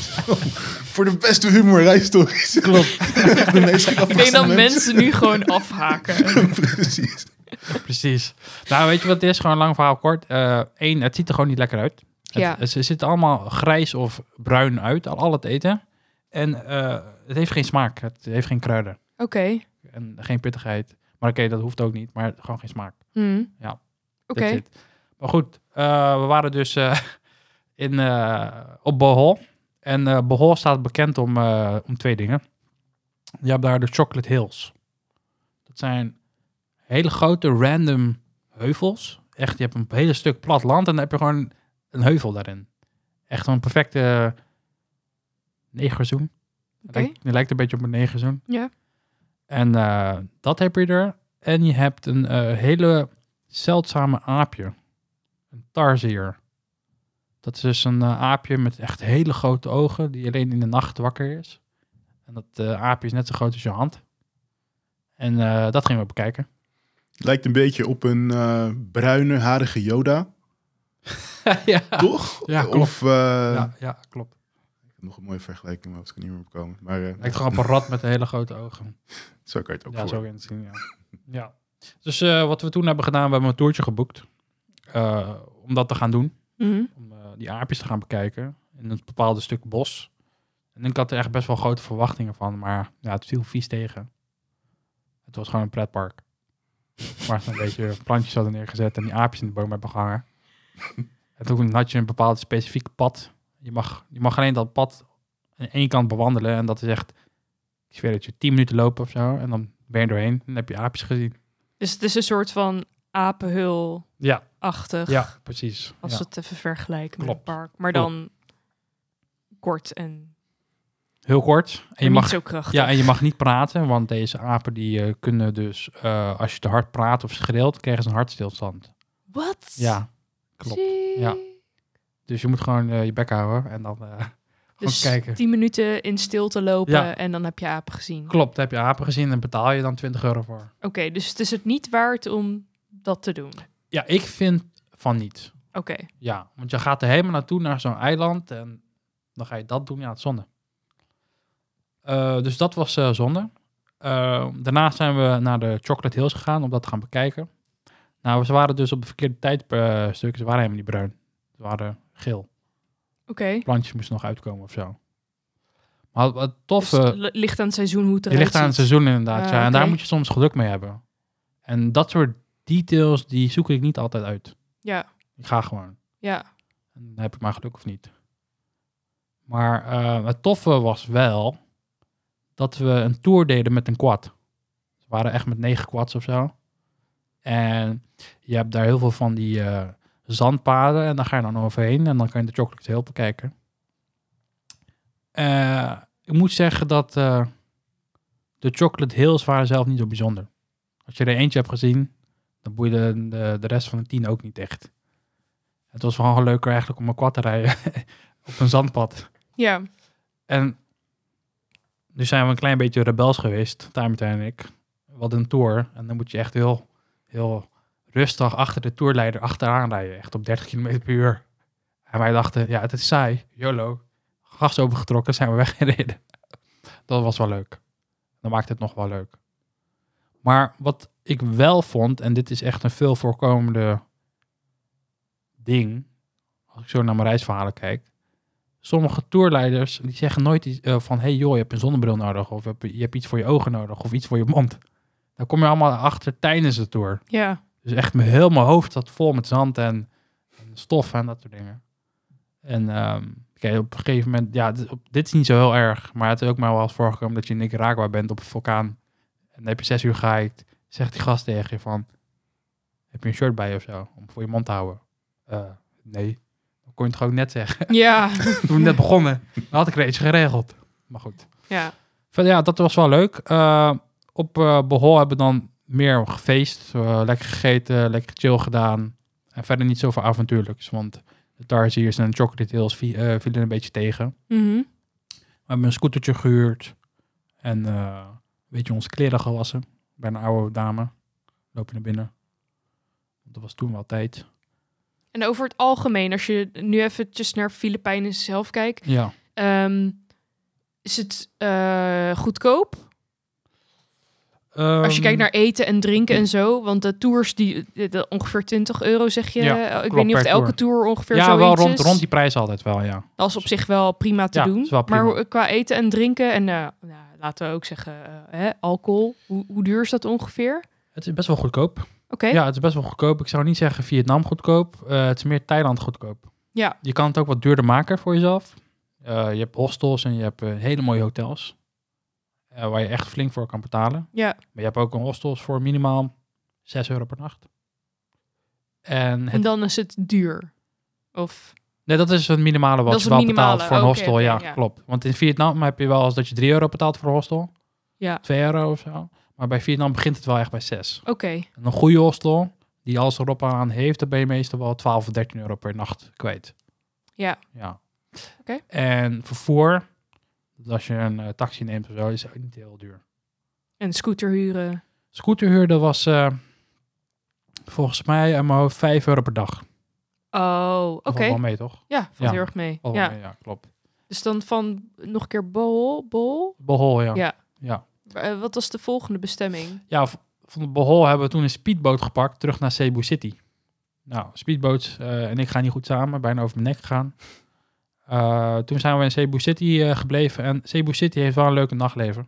Voor de beste humor reisstories. Klopt. De meest Ik denk dat grappigste mensen nu gewoon afhaken. Precies. Precies. Nou, weet je wat het is? Gewoon een lang verhaal kort. Eén, het ziet er gewoon niet lekker uit. Het, Ja. Ze zitten allemaal grijs of bruin uit, al, al het eten. En uh, het heeft geen smaak. Het heeft geen kruiden. Oké. En geen pittigheid. Maar oké, okay, dat hoeft ook niet. Maar gewoon geen smaak. Hmm. Ja. Oké. That's it. Maar goed, uh, we waren dus uh, in, uh, op Bohol. En uh, Bohol staat bekend om, uh, om twee dingen. Je hebt daar de Chocolate Hills. Dat zijn hele grote random heuvels. Echt, je hebt een hele stuk plat land en dan heb je gewoon een heuvel daarin. Echt een perfecte negerzoen. Okay. Het lijkt een beetje op een negerzoen. Ja. En uh, dat heb je er. En je hebt een uh, hele zeldzame aapje. Een tarsier. Dat is dus een uh, aapje met echt hele grote ogen, die alleen in de nacht wakker is. En dat uh, aapje is net zo groot als je hand. En uh, dat gingen we bekijken. Lijkt een beetje op een uh, bruine, harige Yoda. Ja. Toch? Ja, klopt. Of, uh, ja, ja, klopt. Ik heb nog een mooie vergelijking, maar ik kan niet meer opkomen. Maar, uh, lijkt gewoon op een rat met hele grote ogen. Zo kan je het ook ja, voor. zo in het zien, ja. ja. Dus uh, wat we toen hebben gedaan, we hebben een toertje geboekt. Uh, om dat te gaan doen. Mm-hmm. Om uh, die aapjes te gaan bekijken. In een bepaalde stuk bos. En ik had er echt best wel grote verwachtingen van. Maar ja, het viel vies tegen. Het was gewoon een pretpark. Waar ze een beetje plantjes hadden neergezet. En die aapjes in de boom hebben gehangen. En toen had je een bepaald specifiek pad. Je mag, je mag alleen dat pad aan één kant bewandelen. En dat is echt, ik zweer dat je tien minuten lopen of zo. En dan ben je doorheen. En dan heb je aapjes gezien. Dus het is een soort van apenhul-achtig. Ja, ja, precies. Als ja. we het even vergelijken Klopt. met het park. Maar Klopt. dan kort en heel kort. En je niet mag, zo krachtig. ja, en je mag niet praten. Want deze apen die uh, kunnen dus, uh, als je te hard praat of schreeuwt, krijgen ze een hartstilstand. Wat? Ja, klopt. Ja. Dus je moet gewoon uh, je bek houden en dan uh, gewoon dus kijken. tien minuten in stilte lopen Ja. en dan heb je apen gezien. Klopt, heb je apen gezien en betaal je dan twintig euro voor. Oké, okay, dus het is het niet waard om dat te doen? Ja, ik vind van niet. Oké. Okay. Ja, want je gaat er helemaal naartoe naar zo'n eiland en dan ga je dat doen. Ja, het is zonde. Uh, dus dat was uh, zonde. Uh, daarna zijn we naar de Chocolate Hills gegaan om dat te gaan bekijken. Nou, ze waren dus op de verkeerde tijdstukken. Ze waren helemaal niet bruin. Ze waren geel. Oké. Okay. Plantjes moesten nog uitkomen of zo. Maar het toffe... Dus ligt aan het seizoen hoe het eruit ziet. ligt aan het seizoen inderdaad, uh, ja. En okay. daar moet je soms geluk mee hebben. En dat soort details, die zoek ik niet altijd uit. Ja. Ik ga gewoon. Ja. En dan heb ik maar geluk of niet. Maar uh, het toffe was wel dat we een tour deden met een quad. We waren echt met negen quads of zo. En je hebt daar heel veel van die uh, zandpaden en daar ga je dan overheen en dan kan je de Chocolate Hill bekijken. Uh, ik moet zeggen dat uh, de Chocolate Hills waren zelf niet zo bijzonder. Als je er eentje hebt gezien, dan boeide de, de rest van de tien ook niet echt. Het was wel leuker eigenlijk om een quad te rijden op een zandpad. Ja. En nu zijn we een klein beetje rebels geweest, Tamertijn en ik. We hadden een tour en dan moet je echt heel, heel rustig achter de tourleider achteraan rijden. Echt op dertig kilometer per uur. En wij dachten, ja, het is saai. YOLO. Gas opengetrokken, zijn we weggereden. Dat was wel leuk. Dat maakt het nog wel leuk. Maar wat ik wel vond, en dit is echt een veel voorkomende ding, als ik zo naar mijn reisverhalen kijk. Sommige tourleiders, die zeggen nooit iets, uh, van, hey joh, je hebt een zonnebril nodig, of je hebt iets voor je ogen nodig, of iets voor je mond. Daar kom je allemaal achter tijdens de tour. Ja. Dus echt mijn, heel mijn hoofd zat vol met zand en, en stof en dat soort dingen. En um, kijk, op een gegeven moment, ja, dit, op, dit is niet zo heel erg, maar het is ook maar wel eens voorgekomen dat je in Nicaragua bent op een vulkaan. En dan heb je zes uur gehiked, zegt die gast tegen je van, heb je een shirt bij je of zo, om voor je mond te houden? Uh, nee. Dan kon je het gewoon net zeggen. Ja. Toen we net begonnen, dan had ik er eentje geregeld. Maar goed. Ja. Verder, ja, dat was wel leuk. Uh, op uh, Bohol hebben we dan meer gefeest, uh, lekker gegeten, lekker chill gedaan. En verder niet zoveel avontuurlijks, want de Tarsiers en de Chocolate Hills vi- uh, vielen een beetje tegen. Mm-hmm. We hebben een scootertje gehuurd en uh, een beetje onze kleren gewassen bij een oude dame. Loop je naar binnen. Dat was toen wel tijd. En over het algemeen, als je nu eventjes naar Filipijnen zelf kijkt, ja. um, is het uh, goedkoop? Um, als je kijkt naar eten en drinken en zo, want de tours die de, de ongeveer twintig euro zeg je. Ja, ik klopt, weet niet of tour. elke tour ongeveer ja, zo wel iets rond, is. rond die prijs altijd wel, ja. Dat is op zich wel prima te ja, doen. Is wel prima. Maar qua eten en drinken en uh, nou, laten we ook zeggen uh, hè, alcohol, hoe, hoe duur is dat ongeveer? Het is best wel goedkoop. Oké. Okay. Ja, het is best wel goedkoop. Ik zou niet zeggen Vietnam goedkoop. Uh, het is meer Thailand goedkoop. Ja. Je kan het ook wat duurder maken voor jezelf. Uh, je hebt hostels en je hebt uh, hele mooie hotels. Uh, waar je echt flink voor kan betalen. Ja. Maar je hebt ook een hostels voor minimaal zes euro per nacht. En, het... en dan is het duur? Of... Nee, dat is het minimale wat je wel minimale. betaalt voor een oh, hostel. Okay, ja, okay, ja, klopt. Want in Vietnam heb je wel als dat je drie euro betaalt voor een hostel. Ja. twee euro of zo. Maar bij Vietnam begint het wel echt bij zes. Oké. Okay. En een goede hostel, die alles erop aan heeft, dan ben je meestal wel twaalf of dertien euro per nacht kwijt. Ja. Ja. Oké. Okay. En vervoer, als je een uh, taxi neemt of zo, is ook niet heel duur. En scooter huren? Scooter huren was uh, volgens mij aan mijn hoofd vijf euro per dag. Oh, oké. Okay. Valt wel mee, toch? Ja, valt ja. heel erg mee. Valt ja. mee. Ja, klopt. Dus dan van nog een keer Bohol? Bohol, Bohol ja. Ja. ja. Uh, wat was de volgende bestemming? Ja, van de Bohol hebben we toen een speedboot gepakt terug naar Cebu City. Nou, speedboot uh, en ik gaan niet goed samen, bijna over mijn nek gegaan. Uh, toen zijn we in Cebu City uh, gebleven en Cebu City heeft wel een leuke nachtleven.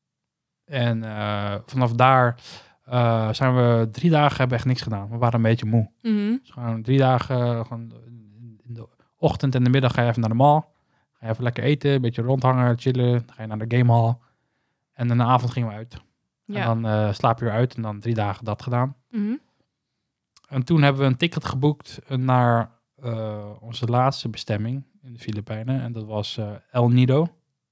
En uh, vanaf daar uh, zijn we drie dagen hebben echt niks gedaan. We waren een beetje moe. Mm-hmm. Dus gewoon drie dagen, uh, gewoon in de ochtend en de middag ga je even naar de mall. Ga je even lekker eten, een beetje rondhangen, chillen. Dan ga je naar de gamehall. En in de avond gingen we uit. Ja. En dan uh, slaap je weer uit en dan drie dagen dat gedaan. Mm-hmm. En toen hebben we een ticket geboekt naar uh, onze laatste bestemming in de Filipijnen. En dat was uh, El Nido.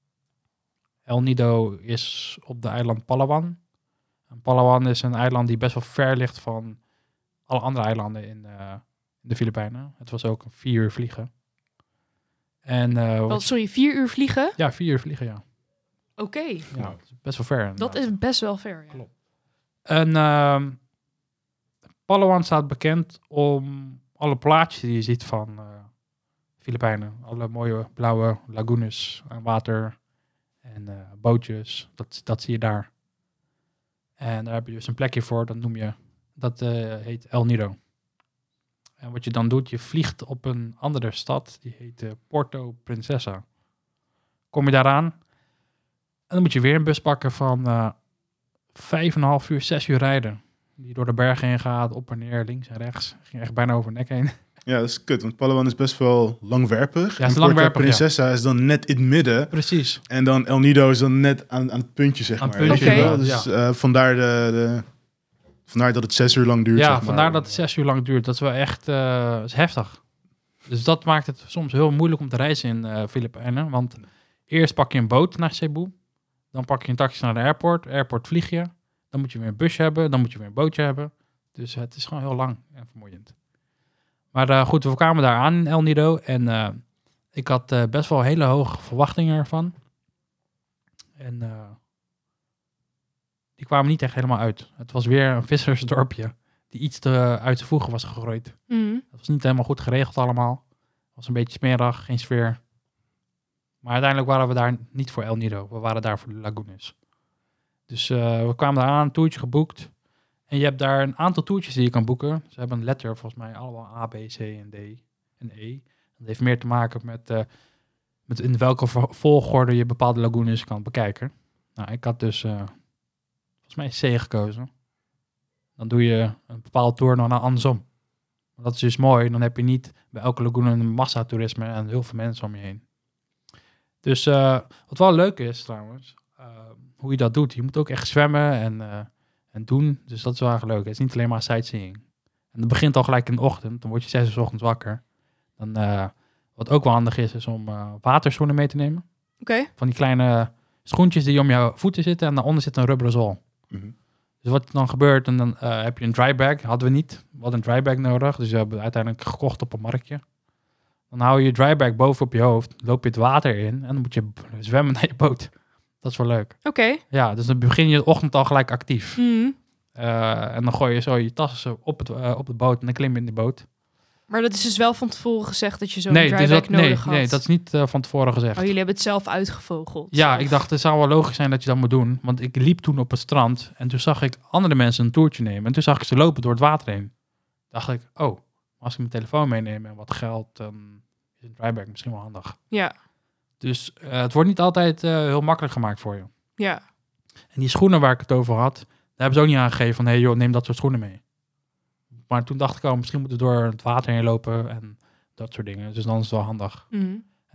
El Nido is op de eiland Palawan. En Palawan is een eiland die best wel ver ligt van alle andere eilanden in, uh, in de Filipijnen. Het was ook vier uur vliegen. En, uh, oh, sorry, vier uur vliegen? Ja, vier uur vliegen, ja. Oké. Okay. Ja, best wel ver. Inderdaad. Dat is best wel ver, ja. Klopt. En uh, Palawan staat bekend om alle plaatjes die je ziet van uh, Filipijnen. Alle mooie blauwe lagunes aan water en uh, bootjes. Dat, dat zie je daar. En daar heb je dus een plekje voor, dat noem je, dat uh, heet El Nido. En wat je dan doet, je vliegt op een andere stad, die heet uh, Puerto Princesa. Kom je daaraan en dan moet je weer een bus pakken van uh, vijf en een half uur, zes uur rijden. Die door de bergen heen gaat, op en neer, links en rechts. Ging echt bijna over nek heen. Ja, dat is kut, want Palawan is best wel langwerpig. Ja, is langwerpig, Princesa ja. is dan net in het midden. Precies. En dan El Nido is dan net aan, aan het puntje, zeg aan maar. Puntje, okay. ja. Dus ja. uh, vandaar, de, de, vandaar dat het zes uur lang duurt. Ja, zeg maar. vandaar dat het zes uur lang duurt. Dat is wel echt uh, is heftig. Dus dat maakt het soms heel moeilijk om te reizen in uh, Filipijnen. Want eerst pak je een boot naar Cebu. Dan pak je een taxi naar de airport. Airport vlieg je. Dan moet je weer een busje hebben. Dan moet je weer een bootje hebben. Dus het is gewoon heel lang en vermoeiend. Maar uh, goed, we kwamen daar aan in El Nido. En uh, ik had uh, best wel hele hoge verwachtingen ervan. En uh, die kwamen niet echt helemaal uit. Het was weer een vissersdorpje die iets te uit zijn voegen was gegooid. Mm. Dat was niet helemaal goed geregeld allemaal. Het was een beetje smerig, geen sfeer. Maar uiteindelijk waren we daar niet voor El Nido. We waren daar voor de lagunes. Dus uh, we kwamen daar aan, een toertje geboekt. En je hebt daar een aantal toertjes die je kan boeken. Ze hebben een letter, volgens mij allemaal A, B, C en D en E. Dat heeft meer te maken met, uh, met in welke volgorde je bepaalde lagunes kan bekijken. Nou, ik had dus uh, volgens mij C gekozen. Dan doe je een bepaalde tour nog naar andersom. Dat is dus mooi. Dan heb je niet bij elke lagune een massatoerisme en heel veel mensen om je heen. Dus uh, wat wel leuk is trouwens, uh, hoe je dat doet. Je moet ook echt zwemmen en, uh, en doen. Dus dat is wel erg leuk. Het is niet alleen maar sightseeing. En dat begint al gelijk in de ochtend. Dan word je zes uur 's ochtends wakker. Dan, uh, wat ook wel handig is, is om uh, waterschoenen mee te nemen. Oké. Okay. Van die kleine schoentjes die om jouw voeten zitten en daaronder zit een rubberen zool. Mm-hmm. Dus wat dan gebeurt, en dan uh, heb je een dry bag. Hadden we niet. We hadden een dry bag nodig. Dus we hebben uiteindelijk gekocht op een marktje. Dan hou je je dry bag boven op je hoofd. Loop je het water in. En dan moet je zwemmen naar je boot. Dat is wel leuk. Oké. Okay. Ja, dus dan begin je de ochtend al gelijk actief. Mm. Uh, en dan gooi je zo je tassen op, het, uh, op de boot. En dan klim je in de boot. Maar dat is dus wel van tevoren gezegd dat je zo'n nee, dry dus bag dat, nodig nee, had? Nee, dat is niet uh, van tevoren gezegd. Oh, jullie hebben het zelf uitgevogeld? Ja, zelf. Ik dacht, het zou wel logisch zijn dat je dat moet doen. Want ik liep toen op het strand en toen zag ik andere mensen een toertje nemen. En toen zag ik ze lopen door het water heen. Dacht ik, oh, als ik mijn telefoon meeneem en wat geld, dan is een dry bag misschien wel handig. Ja. Dus uh, het wordt niet altijd uh, heel makkelijk gemaakt voor je. Ja. En die schoenen waar ik het over had, daar hebben ze ook niet aangegeven van, hé hey, joh, neem dat soort schoenen mee. Maar toen dacht ik, oh, misschien moeten we door het water heen lopen en dat soort dingen. Dus dan is het wel handig. Mm.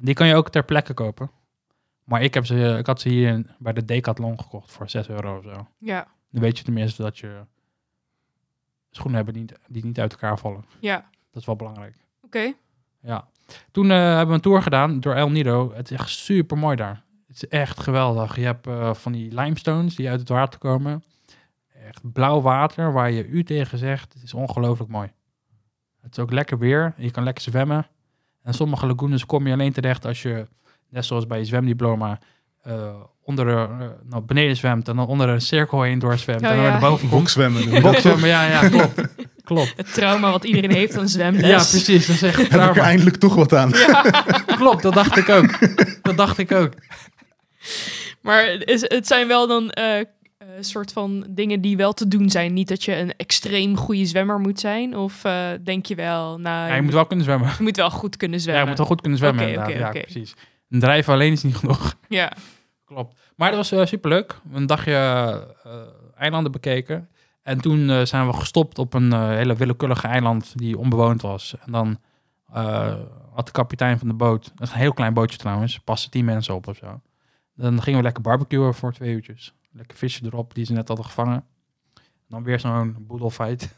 En die kan je ook ter plekke kopen. Maar ik, heb ze, ik had ze hier in, bij de Decathlon gekocht voor zes euro of zo. Ja. Dan weet je tenminste dat je schoenen hebben die niet, die niet uit elkaar vallen. Ja. Dat is wel belangrijk. Oké. Okay. Ja. Toen uh, hebben we een tour gedaan door El Nido. Het is echt super mooi daar. Het is echt geweldig. Je hebt uh, van die limestones die uit het water komen. Echt blauw water waar je u tegen zegt. Het is ongelooflijk mooi. Het is ook lekker weer. Je kan lekker zwemmen. En sommige lagoons kom je alleen terecht als je, net zoals bij je zwemdiploma, uh, onder uh, nou, beneden zwemt en dan onder een cirkel heen doorzwemt. Oh, en dan ja. weer naar boven komt. Bokzwemmen. Bokzwemmen, ja, ja, klopt. klopt. Het trauma wat iedereen heeft aan zwemles. Ja, precies. Dat is echt Heb ik er trauma. eindelijk toch wat aan. Ja. Klopt, dat dacht ik ook. Dat dacht ik ook. Maar is, het zijn wel dan uh, uh, soort van dingen die wel te doen zijn. Niet dat je een extreem goede zwemmer moet zijn. Of uh, denk je wel... Nou, Ja, je moet wel kunnen zwemmen. je moet wel goed kunnen Ja, zwemmen. je moet wel goed kunnen zwemmen. Oké, inderdaad. oké, ja, oké. precies. Een drijven alleen is niet genoeg. Ja. Klopt. Maar dat was uh, superleuk. Een dagje uh, eilanden bekeken. En toen uh, zijn we gestopt op een uh, hele willekeurige eiland die onbewoond was. En dan uh, had de kapitein van de boot... Dat is een heel klein bootje trouwens. Passen tien mensen op of zo. Dan gingen we lekker barbecuen voor twee uurtjes. Lekker visje erop die ze net hadden gevangen. Dan weer zo'n boedelfight.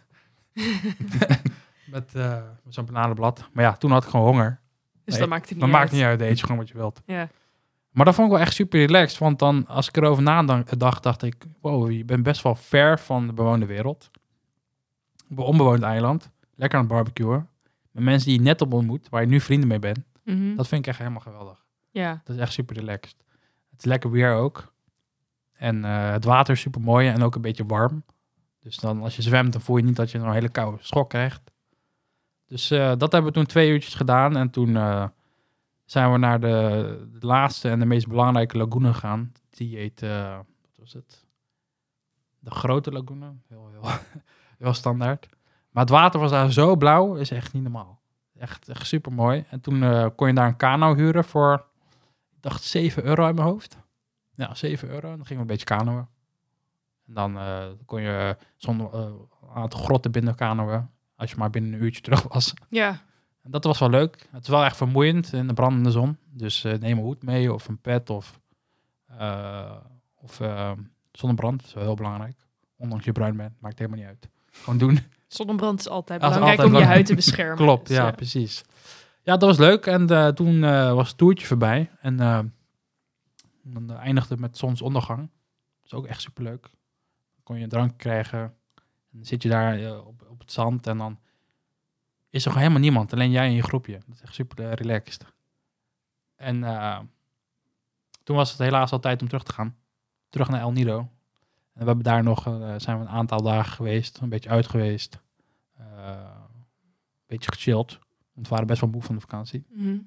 met, uh, met zo'n bananenblad. Maar ja, toen had ik gewoon honger. Dus Nee, dat maakt het niet Dat uit. maakt niet uit, eet je gewoon wat je wilt. Ja. Maar dat vond ik wel echt super relaxed. Want dan, als ik erover nadacht, dacht ik... Wow, je bent best wel ver van de bewoonde wereld. Op een onbewoond eiland. Lekker aan het barbecuen. Met mensen die je net op ontmoet. Waar je nu vrienden mee bent. Mm-hmm. Dat vind ik echt helemaal geweldig. Ja. Dat is echt super relaxed. Het is lekker weer ook. En uh, het water is super mooi en ook een beetje warm. Dus dan als je zwemt, dan voel je niet dat je een hele koude schok krijgt. Dus uh, dat hebben we toen twee uurtjes gedaan. En toen uh, zijn we naar de, de laatste en de meest belangrijke lagune gegaan. Die heet, uh, wat was het? De Grote Lagune. Heel, heel, heel standaard. Maar het water was daar zo blauw, is echt niet normaal. Echt, echt super mooi. En toen uh, kon je daar een kano huren voor, ik dacht zeven euro uit mijn hoofd. Ja, zeven euro. En dan gingen we een beetje kanoën. En dan uh, kon je zonder uh, een aantal grotten binnen kanoën. Als je maar binnen een uurtje terug was. Ja. En dat was wel leuk. Het is wel echt vermoeiend in de brandende zon. Dus uh, neem een hoed mee of een pet of, uh, of uh, zonnebrand. Dat is wel heel belangrijk. Ondanks je bruin bent, maakt helemaal niet uit. Gewoon doen. Zonnebrand is altijd Als belangrijk altijd om je belangrijk. huid te beschermen. Klopt, Dus, ja, uh, precies. Ja, dat was leuk. En uh, toen uh, was het toertje voorbij. En uh, dan uh, eindigde het met zonsondergang. Dat is ook echt superleuk. Dan kon je een drank krijgen. En dan zit je daar uh, op, op het zand. En dan is er gewoon helemaal niemand. Alleen jij en je groepje. Dat is echt super uh, relaxed. En uh, toen was het helaas al tijd om terug te gaan. Terug naar El Nido. En we hebben daar nog, uh, zijn we een aantal dagen geweest. Een beetje uit geweest. Uh, een beetje gechilled. Want we waren best wel moe van de vakantie. mm-hmm.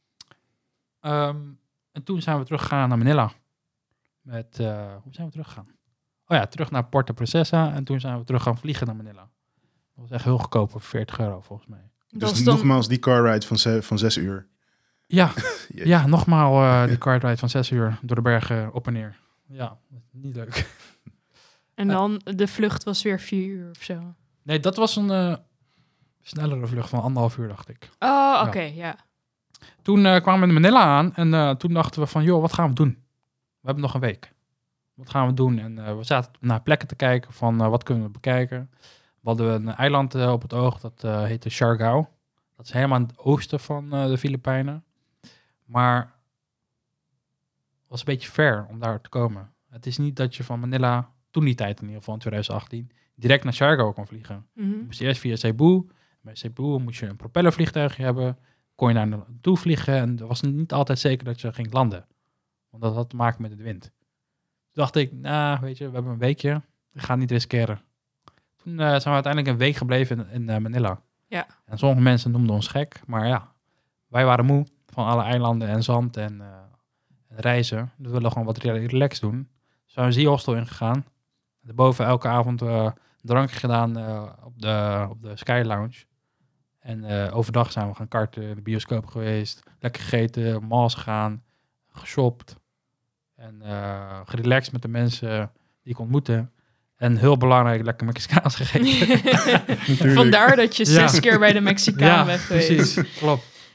Um, en toen zijn we teruggegaan naar Manila. Met, uh, hoe zijn we teruggegaan? Oh ja, terug naar Puerto Princesa. En toen zijn we terug gaan vliegen naar Manila. Dat was echt heel goedkoop, voor veertig euro volgens mij. Dat Dus was dan- nogmaals die car ride van, ze, van zes uur. Ja, Jeetje. ja nogmaal uh, die car ride van zes uur door de bergen op en neer. Ja, niet leuk. En dan de vlucht was weer vier uur of zo. Nee, dat was een uh, snellere vlucht van anderhalf uur, dacht ik. Oh, oké, okay, ja. Toen uh, kwamen we in Manila aan en uh, toen dachten we van, joh, wat gaan we doen? We hebben nog een week. Wat gaan we doen? En uh, we zaten naar plekken te kijken van, uh, wat kunnen we bekijken? We hadden een eiland uh, op het oog, dat uh, heette Siargao. Dat is helemaal aan het oosten van uh, de Filipijnen. Maar het was een beetje ver om daar te komen. Het is niet dat je van Manila, toen die tijd in ieder geval in twintig achttien, direct naar Siargao kon vliegen. Mm-hmm. Je moest eerst via Cebu. Bij Cebu moest je een propellervliegtuigje hebben. Kon je daar naartoe vliegen. En het was niet altijd zeker dat je ging landen. Want dat had te maken met de wind. Toen dacht ik, nou, weet je, we hebben een weekje. Ik ga het niet riskeren. Toen uh, zijn we uiteindelijk een week gebleven in, in uh, Manila. Ja. En sommige mensen noemden ons gek. Maar ja, wij waren moe van alle eilanden en zand en, uh, en reizen. We willen gewoon wat relaxed doen. Dus we zijn een Zee-hostel ingegaan. Daarboven elke avond uh, een drankje gedaan uh, op, de, op de Sky Lounge. En uh, overdag zijn we gaan karten, in de bioscoop geweest. Lekker gegeten, malls gegaan, geshopt. En uh, gerelaxed met de mensen die ik ontmoette. En heel belangrijk, lekker Mexicaans gegeten. Natuurlijk. Vandaar dat je Ja. zes keer bij de Mexicaan Ja, bent geweest. precies. Klopt.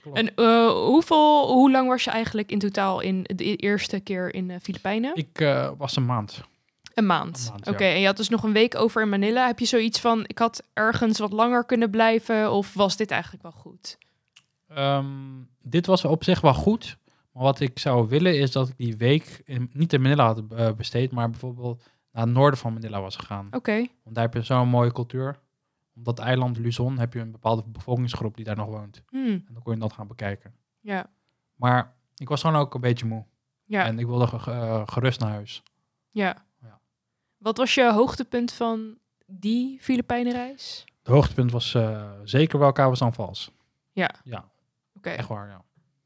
klopt. En uh, hoeveel, hoe lang was je eigenlijk in totaal in de e- eerste keer in de Filipijnen? Ik uh, was een maand. Een maand. Een maand, Oké, ja. en je had dus nog een week over in Manila. Heb je zoiets van, ik had ergens wat langer kunnen blijven? Of was dit eigenlijk wel goed? Um, dit was op zich wel goed. Maar wat ik zou willen is dat ik die week in, niet in Manila had uh, besteed, maar bijvoorbeeld naar het noorden van Manila was gegaan. Oké. Okay. Want daar heb je zo'n mooie cultuur. Op dat eiland Luzon heb je een bepaalde bevolkingsgroep die daar nog woont. Hmm. En dan kon je dat gaan bekijken. Ja. Maar ik was gewoon ook een beetje moe. Ja. En ik wilde ge- uh, gerust naar huis. Ja. Ja. Wat was je hoogtepunt van die Filipijnenreis? Het hoogtepunt was uh, zeker wel Cabo San Vals. Ja. Ja. Oké. Okay. Echt waar, ja.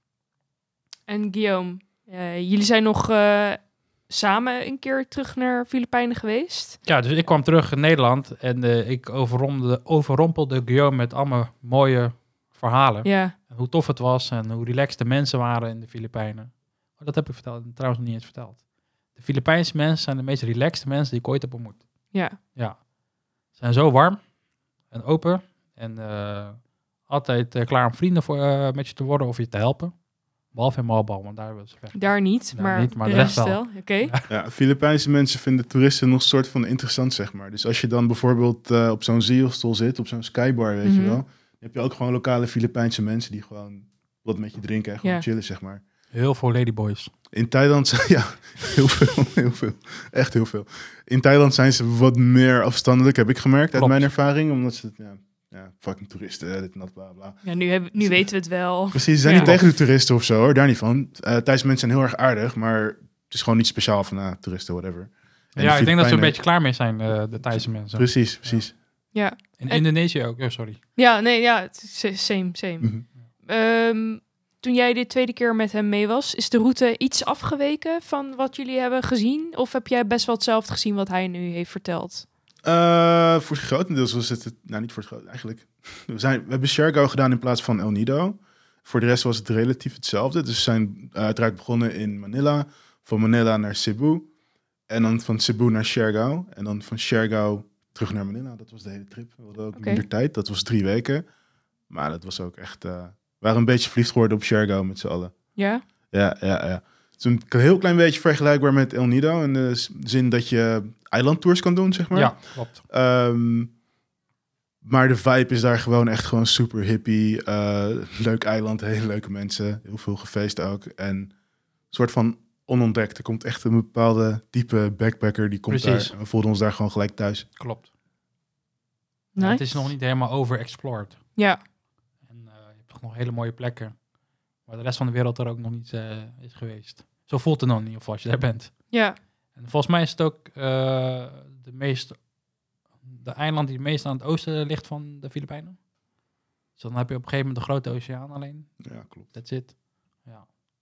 En Guillaume, uh, jullie zijn nog uh, samen een keer terug naar Filipijnen geweest? Ja, dus ik kwam terug in Nederland en uh, ik overrompelde, overrompelde Guillaume met allemaal mooie verhalen. Ja. En hoe tof het was en hoe relaxed de mensen waren in de Filipijnen. Oh, dat heb ik verteld, trouwens nog niet eens verteld. De Filipijnse mensen zijn de meest relaxed mensen die ik ooit heb ontmoet. Ja. Ja. Ze zijn zo warm en open en uh, altijd uh, klaar om vrienden voor, uh, met je te worden of je te helpen. Behalve in Malbal, want daar was weg. Daar niet, daar maar, niet, maar de, de rest rest wel. Oké. Okay. Ja. ja, Filipijnse mensen vinden toeristen nog soort van interessant, zeg maar. Dus als je dan bijvoorbeeld uh, op zo'n zeehostel zit, op zo'n skybar, weet mm-hmm. je wel. Dan heb je ook gewoon lokale Filipijnse mensen die gewoon wat met je drinken en gewoon ja. chillen, zeg maar. Heel veel ladyboys. In Thailand, ja, heel veel, heel veel. Echt heel veel. In Thailand zijn ze wat meer afstandelijk, heb ik gemerkt, uit Klopt. mijn ervaring. Omdat ze, ja, ja fucking toeristen, dit en dat, bla bla. Ja, nu, heb, nu weten we het wel. Precies, ze zijn ja. niet tegen de toeristen of zo, hoor, daar niet van. Uh, Thaise mensen zijn heel erg aardig, maar het is gewoon niet speciaal van uh, toeristen, whatever. En ja, ik denk dat ze een beetje klaar mee zijn, uh, de Thaise mensen. Precies, precies. Ja. In en, Indonesië ook, oh, sorry. Ja, nee, ja, same, same. Mm-hmm. Um, toen jij de tweede keer met hem mee was, is de route iets afgeweken van wat jullie hebben gezien? Of heb jij best wel hetzelfde gezien wat hij nu heeft verteld? Uh, voor het grotendeels was het, nou niet voor het groot, eigenlijk. We, zijn, we hebben Siargao gedaan in plaats van El Nido. Voor de rest was het relatief hetzelfde. Dus we zijn uh, uiteraard begonnen in Manila, van Manila naar Cebu. En dan van Cebu naar Siargao. En dan van Siargao terug naar Manila. Dat was de hele trip. We hadden ook okay. minder tijd. Dat was drie weken. Maar dat was ook echt... Uh, we waren een beetje verliefd geworden op Siargao met z'n allen. Ja? Ja, ja, ja. Het is een heel klein beetje vergelijkbaar met El Nido. In de zin dat je eilandtours kan doen, zeg maar. Ja, klopt. Um, maar de vibe is daar gewoon echt gewoon super hippie. Uh, leuk eiland, hele leuke mensen. Heel veel gefeest ook. En een soort van onontdekt. Er komt echt een bepaalde type backpacker. Die komt Precies. daar. En we voelden ons daar gewoon gelijk thuis. Klopt. Nice. Ja, het is nog niet helemaal overexplored. Ja. En uh, je hebt toch nog hele mooie plekken. Waar de rest van de wereld er ook nog niet uh, is geweest. Zo voelt het dan in ieder geval als je daar bent. Ja. En volgens mij is het ook uh, de meest... de eiland die het meest aan het oosten ligt van de Filipijnen. Dus dan heb je op een gegeven moment de grote oceaan alleen. Ja, klopt. That's it. Ja.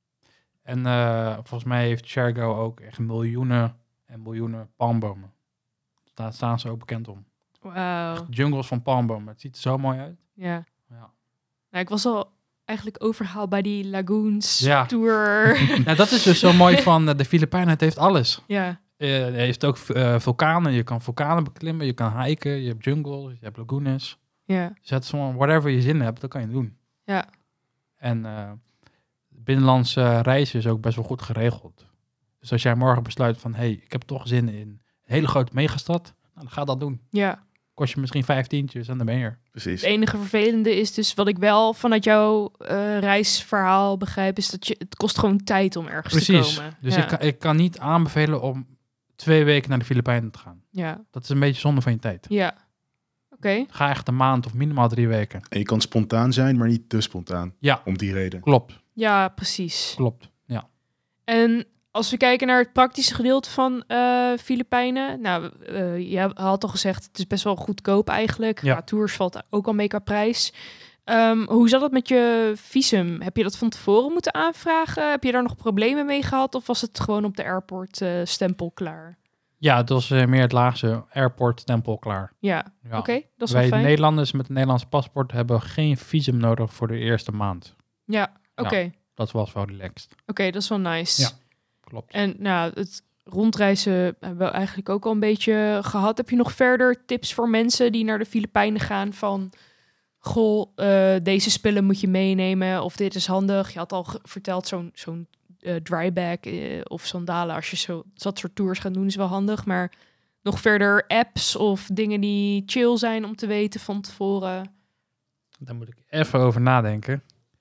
En uh, volgens mij heeft Siargao ook echt miljoenen en miljoenen palmbomen. Daar staan ze ook bekend om. Wauw. Jungles van palmbomen. Het ziet er zo mooi uit. Ja. Ja. Nou, ik was al eigenlijk overhaald bij die lagoons ja. tour. Ja, dat is dus zo mooi van uh, de Filipijnen. Het heeft alles. Ja. Uh, het heeft ook uh, vulkanen. Je kan vulkanen beklimmen. Je kan hiken. Je hebt jungles. Je hebt lagunes. Ja. Dus het is gewoon whatever je zin hebt, dat kan je doen. Ja. En uh, binnenlandse uh, reizen is ook best wel goed geregeld. Dus als jij morgen besluit van, hé, hey, ik heb toch zin in een hele grote megastad, nou, dan ga dat doen. Ja. Kost je misschien vijftientjes en dan ben je er. Precies. Het enige vervelende is dus, wat ik wel vanuit jouw uh, reisverhaal begrijp, is dat je, het kost gewoon tijd om ergens Precies. te komen. Dus ja. ik, kan, ik kan niet aanbevelen om twee weken naar de Filipijnen te gaan. Ja. Dat is een beetje zonde van je tijd. Ja. Oké. Okay. Ga echt een maand of minimaal drie weken. En je kan spontaan zijn, maar niet te spontaan. Ja. Om die reden. Klopt. Ja, precies. Klopt, ja. En als we kijken naar het praktische gedeelte van uh, Filipijnen. Nou, uh, je had al gezegd, het is best wel goedkoop eigenlijk. Ja. Qua tours valt ook al mee qua prijs. Um, hoe zat het met je visum? Heb je dat van tevoren moeten aanvragen? Heb je daar nog problemen mee gehad? Of was het gewoon op de airport uh, stempel klaar? Ja, het was uh, meer het laagste airport stempel klaar. Ja, ja. Oké, okay, dat is Wij wel fijn. Nederlanders met een Nederlands paspoort hebben geen visum nodig voor de eerste maand. Ja, oké. Okay. Ja, dat was wel relaxed. Oké, okay, dat is wel nice. Ja, klopt. En nou, het rondreizen hebben we eigenlijk ook al een beetje gehad. Heb je nog verder tips voor mensen die naar de Filipijnen gaan van... goh, uh, deze spullen moet je meenemen of dit is handig. Je had al ge- verteld, zo'n, zo'n uh, drybag uh, of sandalen als je zo dat soort tours gaat doen is wel handig. Maar nog verder apps of dingen die chill zijn om te weten van tevoren. Daar moet ik even over nadenken.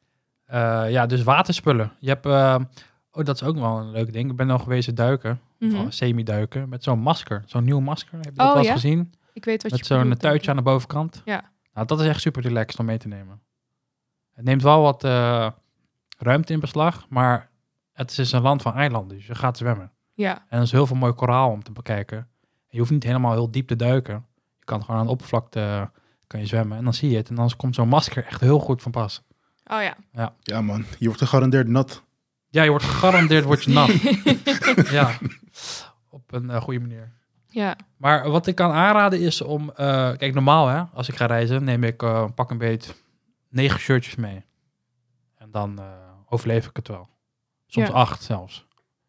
Uh, ja, dus waterspullen. Je hebt, uh, oh, dat is ook wel een leuk ding. Ik ben nog geweest duiken, mm-hmm. of semi-duiken, met zo'n masker. Zo'n nieuw masker. Heb je dat oh, wel eens ja? gezien? Ik weet wat met je zo'n bedoelt, tuitje aan de bovenkant. Ja. Nou, dat is echt super relaxed om mee te nemen. Het neemt wel wat uh, ruimte in beslag, maar het is een land van eilanden, dus je gaat zwemmen. Ja. En er is heel veel mooi koraal om te bekijken. Je hoeft niet helemaal heel diep te duiken. Je kan gewoon aan de oppervlakte uh, kan je zwemmen en dan zie je het. En dan komt zo'n masker echt heel goed van pas. Oh ja. Ja, ja man, je wordt gegarandeerd nat. Ja, je wordt gegarandeerd wordt je nat. Ja, op een uh, goede manier. Ja. Maar wat ik kan aanraden is om... Uh, kijk, normaal hè, als ik ga reizen, neem ik uh, pak een beet negen shirtjes mee. En dan uh, overleef ik het wel. Soms ja. acht zelfs.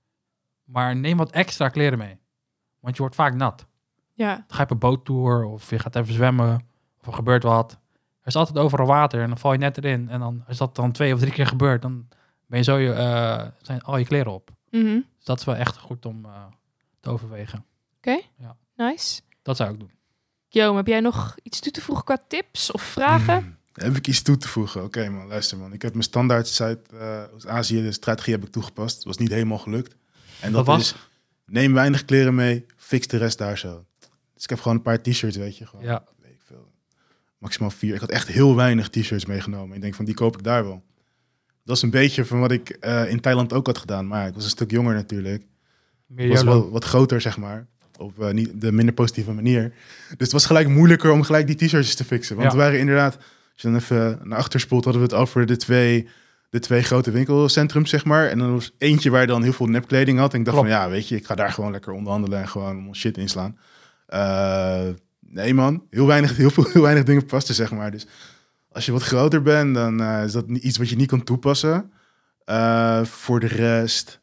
Maar neem wat extra kleren mee. Want je wordt vaak nat. Ja. Dan ga je op een boottour of je gaat even zwemmen. Of er gebeurt wat. Er is altijd overal water en dan val je net erin. En dan als dat dan twee of drie keer gebeurt, dan ben je zo je, uh, zijn al je kleren op. Mm-hmm. Dus dat is wel echt goed om uh, te overwegen. Oké, okay. Ja. Nice. Dat zou ik doen. Jo, heb jij nog iets toe te voegen qua tips of vragen? Hmm. Heb ik iets toe te voegen? Oké okay, man, luister man. Ik heb mijn standaard Zuid-Azië, uh, de strategie heb ik toegepast. Het was niet helemaal gelukt. En dat, dat is, neem weinig kleren mee, fix de rest daar zo. Dus ik heb gewoon een paar t-shirts, weet je. Gewoon, ja. weet ik veel, maximaal vier. Ik had echt heel weinig t-shirts meegenomen. Ik denk van, die koop ik daar wel. Dat is een beetje van wat ik uh, in Thailand ook had gedaan. Maar ik was een stuk jonger natuurlijk. Ik was wel wat groter, zeg maar. Op uh, niet de minder positieve manier. Dus het was gelijk moeilijker om gelijk die t-shirtjes te fixen. Want ja. we waren inderdaad... Als je dan even naar achter spoelt, hadden we het over de twee, de twee grote winkelcentrums, zeg maar. En dan was eentje waar je dan heel veel nepkleding had. En ik dacht Klopt. van, ja, weet je, ik ga daar gewoon lekker onderhandelen en gewoon shit inslaan. Uh, nee, man. Heel weinig, heel, veel, heel weinig dingen pasten, zeg maar. Dus als je wat groter bent, dan uh, is dat iets wat je niet kan toepassen. Uh, voor de rest...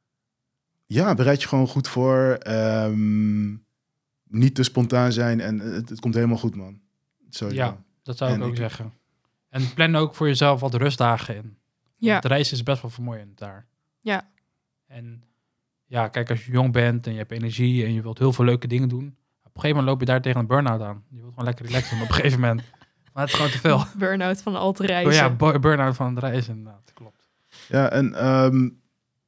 Ja, bereid je gewoon goed voor. Um, niet te spontaan zijn en het, het komt helemaal goed, man. Zo, ja. Dat zou ik en ook ik... zeggen. En plan ook voor jezelf wat rustdagen in. Ja. De reis is best wel vermoeiend daar. Ja. En ja, kijk, als je jong bent en je hebt energie en je wilt heel veel leuke dingen doen. Op een gegeven moment loop je daar tegen een burn-out aan. Je wilt gewoon lekker relaxen doen op een gegeven moment. Maar het is gewoon te veel. Burn-out van al te reizen. Oh ja, burn-out van het reizen, inderdaad. Klopt. Ja, en um,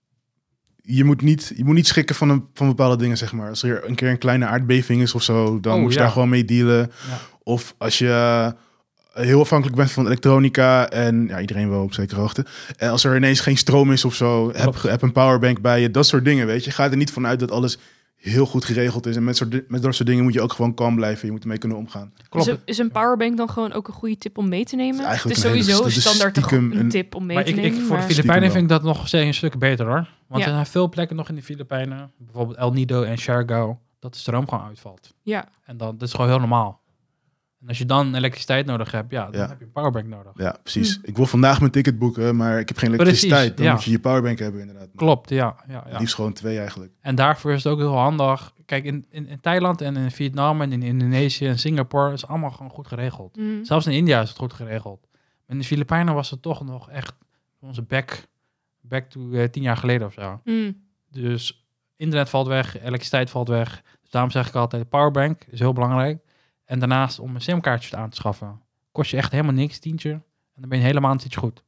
je, moet niet, je moet niet schrikken van, een, van bepaalde dingen, zeg maar. Als er een keer een kleine aardbeving is of zo, dan oh, moet je ja. daar gewoon mee dealen. Ja. Of als je... heel afhankelijk bent van elektronica en ja, iedereen wel op zekere hoogte. En als er ineens geen stroom is of zo, heb, heb een powerbank bij je, dat soort dingen, weet je. Ga er niet vanuit dat alles heel goed geregeld is. En met, soort, met dat soort dingen moet je ook gewoon kalm blijven. Je moet ermee kunnen omgaan. Klopt. Is, een, is een powerbank dan gewoon ook een goede tip om mee te nemen? Het is, is sowieso hele, standaard toch een, een tip om mee maar te ik, nemen. Ik, voor maar... de Filipijnen vind ik dat nog steeds een stuk beter, hoor. Want ja. er zijn veel plekken nog in de Filipijnen, bijvoorbeeld El Nido en Siargao, dat de stroom gewoon uitvalt. Ja. En dan, dat is gewoon heel normaal. En als je dan elektriciteit nodig hebt, ja, dan ja. heb je een powerbank nodig. Ja, precies. Hm. Ik wil vandaag mijn ticket boeken, maar ik heb geen elektriciteit. Precies, dan ja. moet je je powerbank hebben, inderdaad. Klopt, ja. ja, ja. Liefst gewoon twee eigenlijk. En daarvoor is het ook heel handig. Kijk, in, in, in Thailand en in Vietnam en in Indonesië en Singapore is het allemaal gewoon goed geregeld. Mm. Zelfs in India is het goed geregeld. Maar in de Filipijnen was het toch nog echt onze back, back to uh, tien jaar geleden of zo. Mm. Dus internet valt weg, elektriciteit valt weg. Dus daarom zeg ik altijd, powerbank is heel belangrijk. En daarnaast om een simkaartje aan te schaffen. Kost je echt helemaal niks, tientje. En dan ben je helemaal iets goed.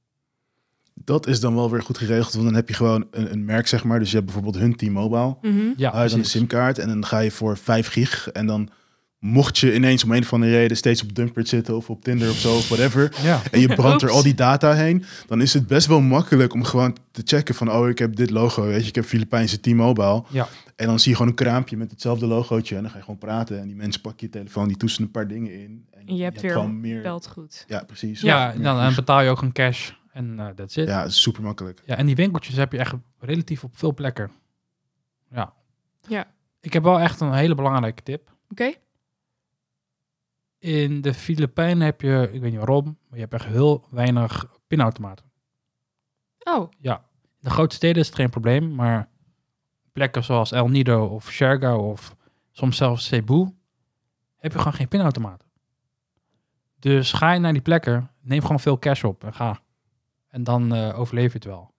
Dat is dan wel weer goed geregeld. Want dan heb je gewoon een, een merk, zeg maar. Dus je hebt bijvoorbeeld hun T-Mobile. Mm-hmm. Ja, uh, dan een simkaart. En dan ga je voor vijf gig. En dan mocht je ineens om een of andere reden steeds op Dumpert zitten. Of op Tinder of zo, of whatever. Ja. En je brandt er al die data heen. Dan is het best wel makkelijk om gewoon te checken van... Oh, ik heb dit logo, weet je. Ik heb Filipijnse T-Mobile. Ja. En dan zie je gewoon een kraampje met hetzelfde logootje. En dan ga je gewoon praten. En die mensen pakken je telefoon, die toetsen een paar dingen in. En je, je hebt weer gewoon meer... belt goed. Ja, precies. Ja, ja dan, dan betaal je ook een cash. En uh, that's it. Ja, het is super makkelijk. Ja, en die winkeltjes heb je echt relatief op veel plekken. Ja. Ja. Ik heb wel echt een hele belangrijke tip. Oké. Okay. In de Filipijnen heb je, ik weet niet waarom, maar je hebt echt heel weinig pinautomaten. Oh. Ja. In de grote steden is het geen probleem, maar plekken zoals El Nido of Siargao of soms zelfs Cebu heb je gewoon geen pinautomaten. Dus ga je naar die plekken, neem gewoon veel cash op en ga. En dan uh, overleef je het wel.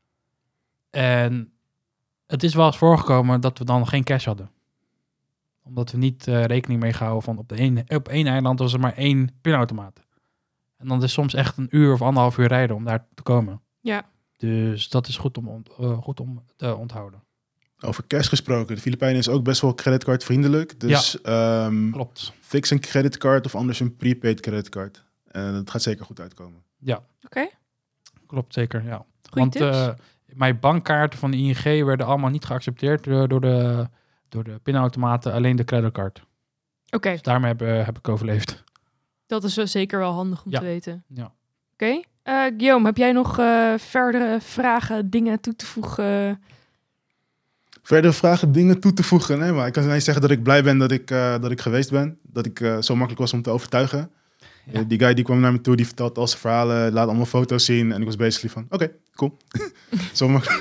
En het is wel eens voorgekomen dat we dan geen cash hadden. Omdat we niet uh, rekening mee gehouden van op, de een, op één eiland was er maar één pinautomaat. En dan is het soms echt een uur of anderhalf uur rijden om daar te komen. Ja. Dus dat is goed om, ont, uh, goed om te onthouden. Over cash gesproken. De Filipijnen is ook best wel creditcardvriendelijk. Dus ja, um, klopt. Fix een creditcard of anders een prepaid creditcard. En uh, dat gaat zeker goed uitkomen. Ja. Oké. Okay. Klopt, zeker, ja. Goeie Want uh, mijn bankkaarten van de I N G werden allemaal niet geaccepteerd door, door, de, door de pinautomaten, alleen de creditcard. Oké. Okay. Dus daarmee heb, uh, heb ik overleefd. Dat is wel zeker wel handig om ja. te weten. Ja. Oké. Okay. Uh, Guillaume, heb jij nog uh, verdere vragen, dingen toe te voegen? Verdere vragen, dingen toe te voegen? Nee, maar ik kan alleen zeggen dat ik blij ben dat ik, uh, dat ik geweest ben. Dat ik uh, zo makkelijk was om te overtuigen. Ja. Uh, die guy die kwam naar me toe, die vertelde al zijn verhalen, laat allemaal foto's zien. En ik was basically van, oké, okay, cool. zo, makkelijk,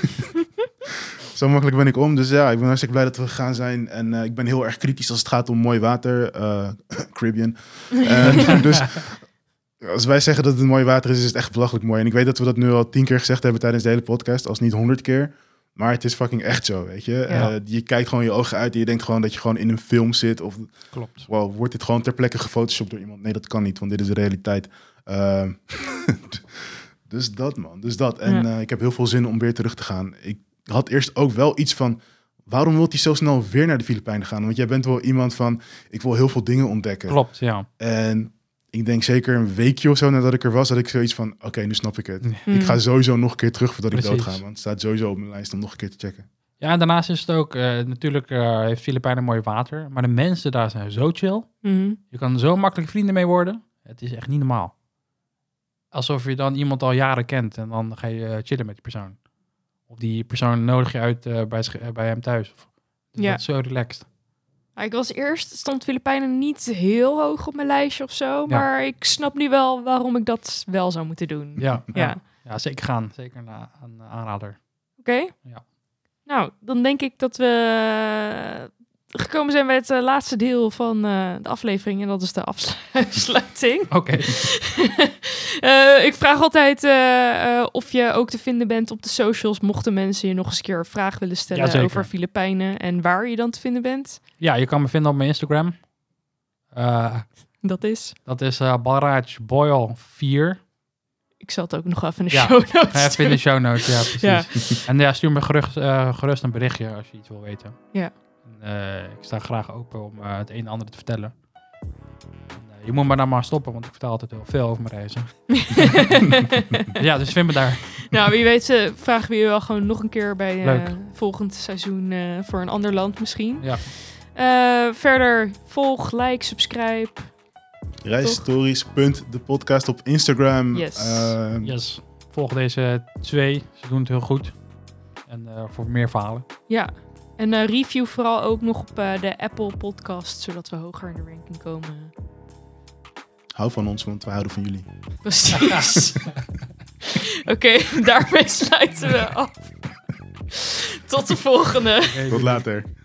zo makkelijk ben ik om. Dus ja, ik ben hartstikke blij dat we gegaan zijn. En uh, ik ben heel erg kritisch als het gaat om mooi water. Uh, Caribbean. uh, dus als wij zeggen dat het mooi water is, is het echt belachelijk mooi. En ik weet dat we dat nu al tien keer gezegd hebben tijdens de hele podcast, als niet honderd keer. Maar het is fucking echt zo, weet je. Ja. Uh, je kijkt gewoon je ogen uit en je denkt gewoon dat je gewoon in een film zit. Of, klopt. Wow, wordt dit gewoon ter plekke gefotoshopt door iemand? Nee, dat kan niet, want dit is de realiteit. Uh, dus dat, man. Dus dat. En ja. uh, ik heb heel veel zin om weer terug te gaan. Ik had eerst ook wel iets van, waarom wilt hij zo snel weer naar de Filipijnen gaan? Want jij bent wel iemand van, ik wil heel veel dingen ontdekken. Klopt, ja. En ik denk zeker een weekje of zo nadat ik er was, had ik zoiets van, oké, okay, nu snap ik het. Mm. Ik ga sowieso nog een keer terug voordat Precies. ik doodga, want het staat sowieso op mijn lijst om nog een keer te checken. Ja, en daarnaast is het ook, uh, natuurlijk uh, heeft Filipijnen mooi water, maar de mensen daar zijn zo chill. Mm. Je kan zo makkelijk vrienden mee worden. Het is echt niet normaal. Alsof je dan iemand al jaren kent en dan ga je uh, chillen met die persoon. Of die persoon nodig je uit uh, bij, uh, bij hem thuis. Of, dus ja. Dat is zo relaxed. Ik was eerst, stond Filipijnen niet heel hoog op mijn lijstje of zo. Ja. Maar ik snap nu wel waarom ik dat wel zou moeten doen. Ja, ja. ja. ja zeker gaan. Zeker een, een aanrader. Oké. Okay. Ja. Nou, dan denk ik dat we gekomen zijn bij het uh, laatste deel van uh, de aflevering. En dat is de afsluiting. Oké. Okay. uh, ik vraag altijd uh, uh, of je ook te vinden bent op de socials. Mochten mensen je nog eens een keer een vraag willen stellen ja, over Filipijnen. En waar je dan te vinden bent. Ja, je kan me vinden op mijn Instagram. Uh, dat is? Dat is uh, balrajboyle vier. Ik zal het ook nog even in de ja, show notes even in de show notes, ja, precies. Ja. En ja, stuur me gerust, uh, gerust een berichtje als je iets wil weten. Ja. En, uh, ik sta graag open om uh, het een en ander te vertellen. En, uh, je moet maar dan maar stoppen, want ik vertel altijd heel veel over mijn reizen. Ja, dus vind me daar. Nou, wie weet uh, vragen we je wel gewoon nog een keer bij uh, volgend seizoen uh, voor een ander land misschien. Ja. Uh, verder, volg, like, subscribe. Reisstories. De podcast op Instagram. Yes. Uh, yes. Volg deze twee. Ze doen het heel goed. En uh, voor meer verhalen. Ja. En uh, review vooral ook nog op uh, de Apple podcast, zodat we hoger in de ranking komen. Hou van ons, want we houden van jullie. Precies. Oké, okay, daarmee sluiten we af. Tot de volgende. Tot later.